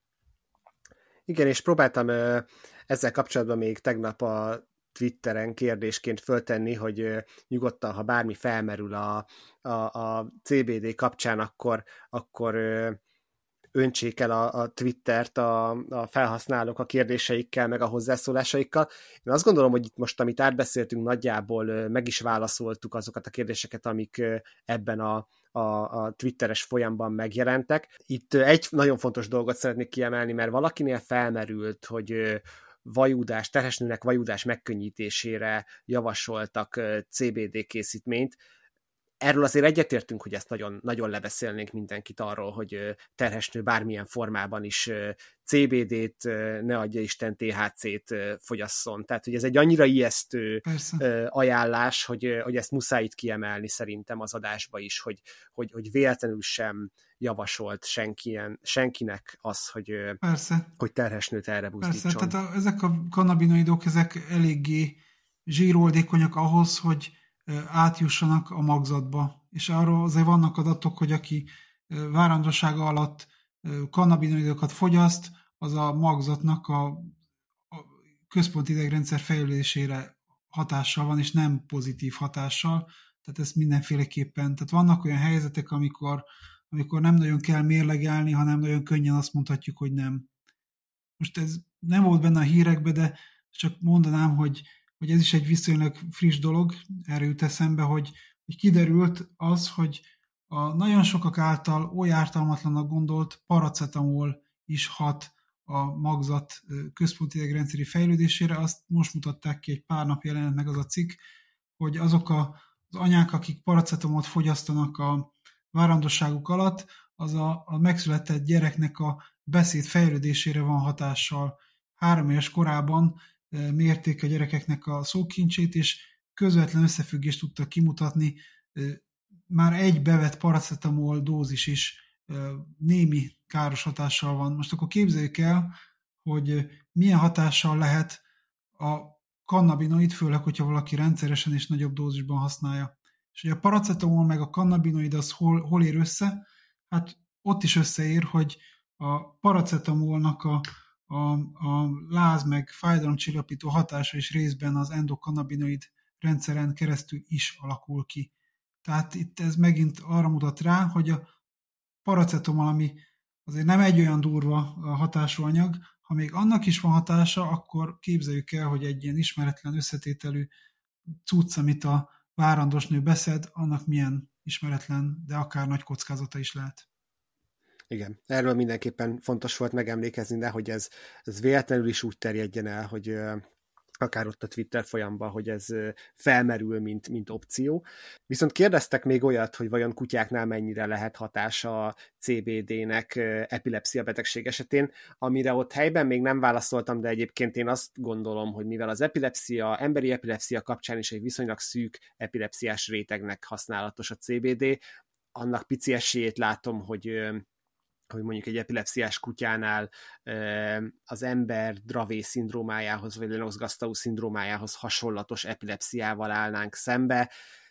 Igen, és próbáltam ezzel kapcsolatban még tegnap a Twitteren kérdésként föltenni, hogy nyugodtan, ha bármi felmerül a, a, a cé bé dé kapcsán, akkor, akkor öntsék el a, a Twittert a, a felhasználók a kérdéseikkel, meg a hozzászólásaikkal. Én azt gondolom, hogy itt most, amit átbeszéltünk, nagyjából meg is válaszoltuk azokat a kérdéseket, amik ebben a, a, a twitteres folyamban megjelentek. Itt egy nagyon fontos dolgot szeretnék kiemelni, mert valakinél felmerült, hogy vajúdás, terhesnőnek vajúdás megkönnyítésére javasoltak cé bé dé készítményt. Erről azért egyetértünk, hogy ezt nagyon, nagyon lebeszélnénk mindenkit arról, hogy terhes nő bármilyen formában is cé bé dét, ne adja Isten té há cét fogyasszon. Tehát, hogy ez egy annyira ijesztő Persze. ajánlás, hogy, hogy ezt muszáj itt kiemelni szerintem az adásba is, hogy, hogy, hogy véletlenül sem javasolt senkien, senkinek az, hogy, hogy terhes nőt erre buzdítson. Persze, tehát a, ezek a kannabinoidok, ezek eléggé zsíroldékonyak ahhoz, hogy átjussanak a magzatba. És arról azért vannak adatok, hogy aki várandossága alatt kannabinoidokat fogyaszt, az a magzatnak a, a központi idegrendszer fejlődésére hatással van, és nem pozitív hatással. Tehát ezt mindenféleképpen, tehát vannak olyan helyzetek, amikor, amikor nem nagyon kell mérlegelni, hanem nagyon könnyen azt mondhatjuk, hogy nem. Most ez nem volt benne a hírekbe, de csak mondanám, hogy hogy ez is egy viszonylag friss dolog, erre jut eszembe, hogy, hogy kiderült az, hogy a nagyon sokak által oly ártalmatlanak gondolt paracetamol is hat a magzat központi idegrendszeri fejlődésére. Azt most mutatták ki, egy pár nap jelent meg az a cikk, hogy azok a, az anyák, akik paracetamot fogyasztanak a várandosságuk alatt, az a, a megszületett gyereknek a beszéd fejlődésére van hatással. Három éves korában mérték a gyerekeknek a szókincsét, és közvetlen összefüggést tudtak kimutatni. Már egy bevett paracetamol dózis is némi káros hatással van. Most akkor képzeljük el, hogy milyen hatással lehet a kannabinoid, főleg, hogyha valaki rendszeresen és nagyobb dózisban használja. És hogy a paracetamol meg a kannabinoid az hol, hol ér össze? Hát ott is összeér, hogy a paracetamolnak a A, a láz meg fájdalomcsillapító hatása is részben az endokannabinoid rendszeren keresztül is alakul ki. Tehát itt ez megint arra mutat rá, hogy a paracetamol, ami azért nem egy olyan durva hatású anyag, ha még annak is van hatása, akkor képzeljük el, hogy egy ilyen ismeretlen összetételű cucc, amit a várandós nő beszed, annak milyen ismeretlen, de akár nagy kockázata is lehet. Igen, erről mindenképpen fontos volt megemlékezni, de hogy ez, ez véletlenül is úgy terjedjen el, hogy uh, akár ott a Twitter folyamban, hogy ez uh, felmerül, mint, mint opció. Viszont kérdeztek még olyat, hogy vajon kutyáknál mennyire lehet hatása a cé bé dé-nek uh, epilepszia betegség esetén, amire ott helyben még nem válaszoltam, de egyébként én azt gondolom, hogy mivel az epilepszia, emberi epilepszia kapcsán is egy viszonylag szűk epilepsziás rétegnek használatos a cé bé dé, annak pici esélyét látom, hogy uh, hogy mondjuk egy epilepsziás kutyánál az ember Dravet szindrómájához, vagy Lennox-Gastaut szindrómájához hasonlatos epilepsziával állnánk szembe.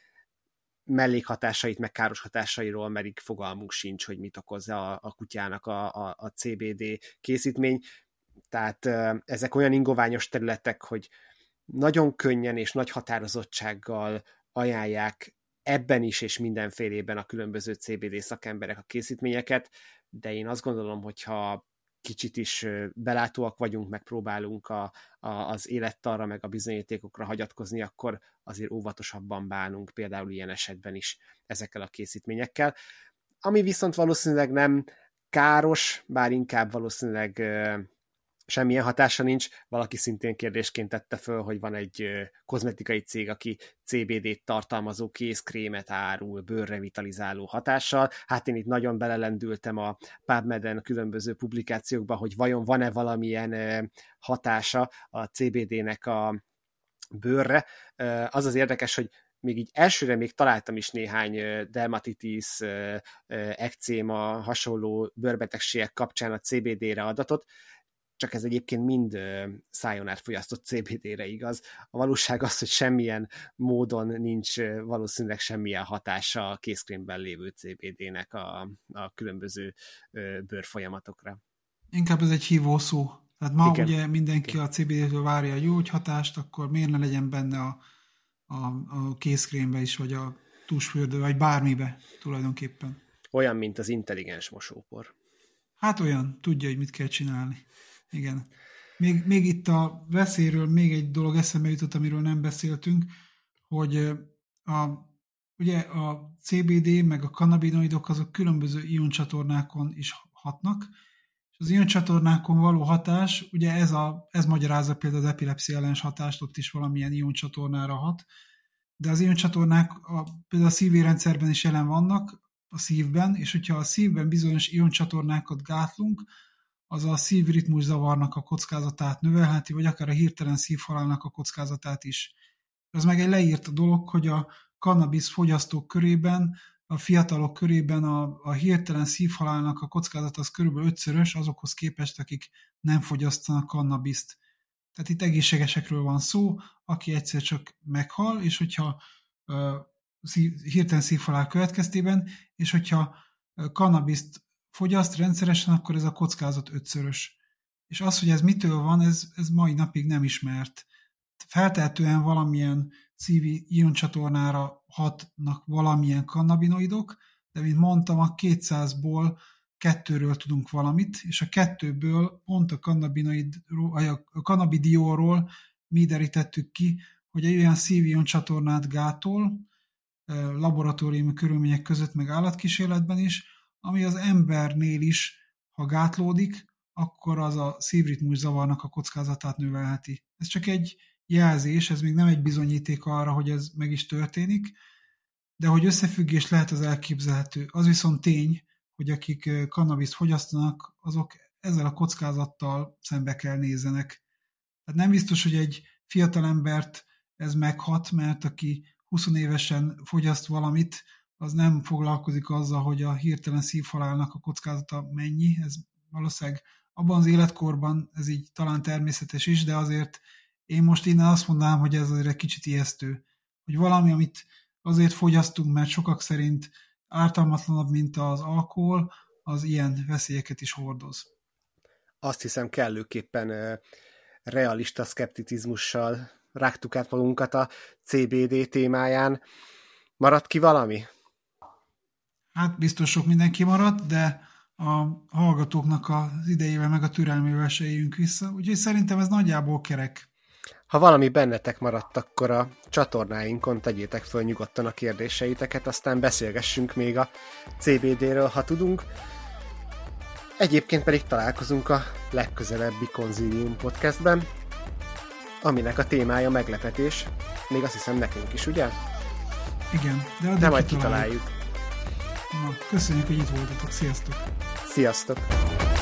Mellékhatásait, meg káros hatásairól merig fogalmunk sincs, hogy mit okoz a, a kutyának a, a, a cé bé dé készítmény. Tehát ezek olyan ingoványos területek, hogy nagyon könnyen és nagy határozottsággal ajánlják ebben is és mindenfélében a különböző cé bé dé szakemberek a készítményeket, de én azt gondolom, hogyha kicsit is belátóak vagyunk, megpróbálunk a, a, az élettarra, meg a bizonyítékokra hagyatkozni, akkor azért óvatosabban bánunk például ilyen esetben is ezekkel a készítményekkel. Ami viszont valószínűleg nem káros, bár inkább valószínűleg semmilyen hatása nincs. Valaki szintén kérdésként tette föl, hogy van egy kozmetikai cég, aki cé bé dét tartalmazó kézkrémet árul bőrrevitalizáló hatással. Hát én itt nagyon belelendültem a PubMed-en különböző publikációkba, hogy vajon van-e valamilyen hatása a cé bé dé-nek a bőrre. Az az érdekes, hogy még így elsőre még találtam is néhány dermatitis, ekcéma, hasonló bőrbetegségek kapcsán a cé bé dére adatot, csak ez egyébként mind szájon át fogyasztott cé bé dére igaz. A valóság az, hogy semmilyen módon nincs valószínűleg semmilyen hatása a kézkrémben lévő cé bé dé-nek a, a különböző bőrfolyamatokra. Inkább ez egy hívó szó. Tehát ma igen, ugye mindenki igen. a cé bé dé-től várja a gyógyhatást, akkor miért ne legyen benne a, a, a kézkrémbe is, vagy a tusfürdő, vagy bármibe tulajdonképpen. Olyan, mint az intelligens mosópor. Hát olyan, tudja, hogy mit kell csinálni. Igen. Még, még itt a veszélyről még egy dolog eszembe jutott, amiről nem beszéltünk, hogy a, ugye a cé bé dé meg a kannabinoidok azok különböző ioncsatornákon is hatnak, és az ioncsatornákon való hatás, ugye ez, a, ez magyarázza például az epilepszia ellenes hatást, ott is valamilyen ioncsatornára hat, de az ioncsatornák a, például a szívérendszerben is jelen vannak, a szívben, és hogyha a szívben bizonyos ioncsatornákat gátlunk, az a szívritmus zavarnak a kockázatát növelheti, vagy akár a hirtelen szívhalálnak a kockázatát is. Ez meg egy leírt dolog, hogy a kannabisz fogyasztók körében, a fiatalok körében a, a hirtelen szívhalálnak a kockázat az körülbelül ötszörös azokhoz képest, akik nem fogyasztanak kannabiszt. Tehát itt egészségesekről van szó, aki egyszer csak meghal, és hogyha uh, szív, hirtelen szívhalál következtében, és hogyha uh, kannabiszt fogyaszt rendszeresen, akkor ez a kockázat ötszörös. És az, hogy ez mitől van, ez, ez mai napig nem ismert. Feltehetően valamilyen szívi ioncsatornára hatnak valamilyen kannabinoidok, de mint mondtam, a kétszázból kettőről tudunk valamit, és a kettőből pont a, a cannabidiolról mi derítettük ki, hogy egy olyan szívioncsatornát gátol laboratóriumi körülmények között, meg állatkísérletben is, ami az embernél is, ha gátlódik, akkor az a szívritmus zavarnak a kockázatát növelheti. Ez csak egy jelzés, ez még nem egy bizonyíték arra, hogy ez meg is történik, de hogy összefüggés lehet, az elképzelhető. Az viszont tény, hogy akik kannabiszt fogyasztanak, azok ezzel a kockázattal szembe kell nézzenek. Tehát nem biztos, hogy egy fiatalembert ez meghat, mert aki húsz évesen fogyaszt valamit, az nem foglalkozik azzal, hogy a hirtelen szívhalálnak a kockázata mennyi. Ez valószínűleg abban az életkorban ez így talán természetes is, de azért én most innen azt mondanám, hogy ez azért egy kicsit ijesztő. Hogy valami, amit azért fogyasztunk, mert sokak szerint ártalmatlanabb, mint az alkohol, az ilyen veszélyeket is hordoz. Azt hiszem kellőképpen uh, realista szkepticizmussal rágtuk át magunkat a cé bé dé témáján. Maradt ki valami? Hát biztos sok mindenki maradt, de a hallgatóknak az idejével meg a türelmével se éljünk vissza, úgyhogy szerintem ez nagyjából kerek. Ha valami bennetek maradt, akkor a csatornáinkon tegyétek föl nyugodtan a kérdéseiteket, aztán beszélgessünk még a cé bé dé-ről, ha tudunk. Egyébként pedig találkozunk a legközelebbi Konzílium podcastben, aminek a témája meglepetés. Még azt hiszem nekünk is, ugye? Igen, de addig de majd kitaláljuk. kitaláljuk. Na, köszönjük, hogy itt voltatok. Sziasztok! Sziasztok!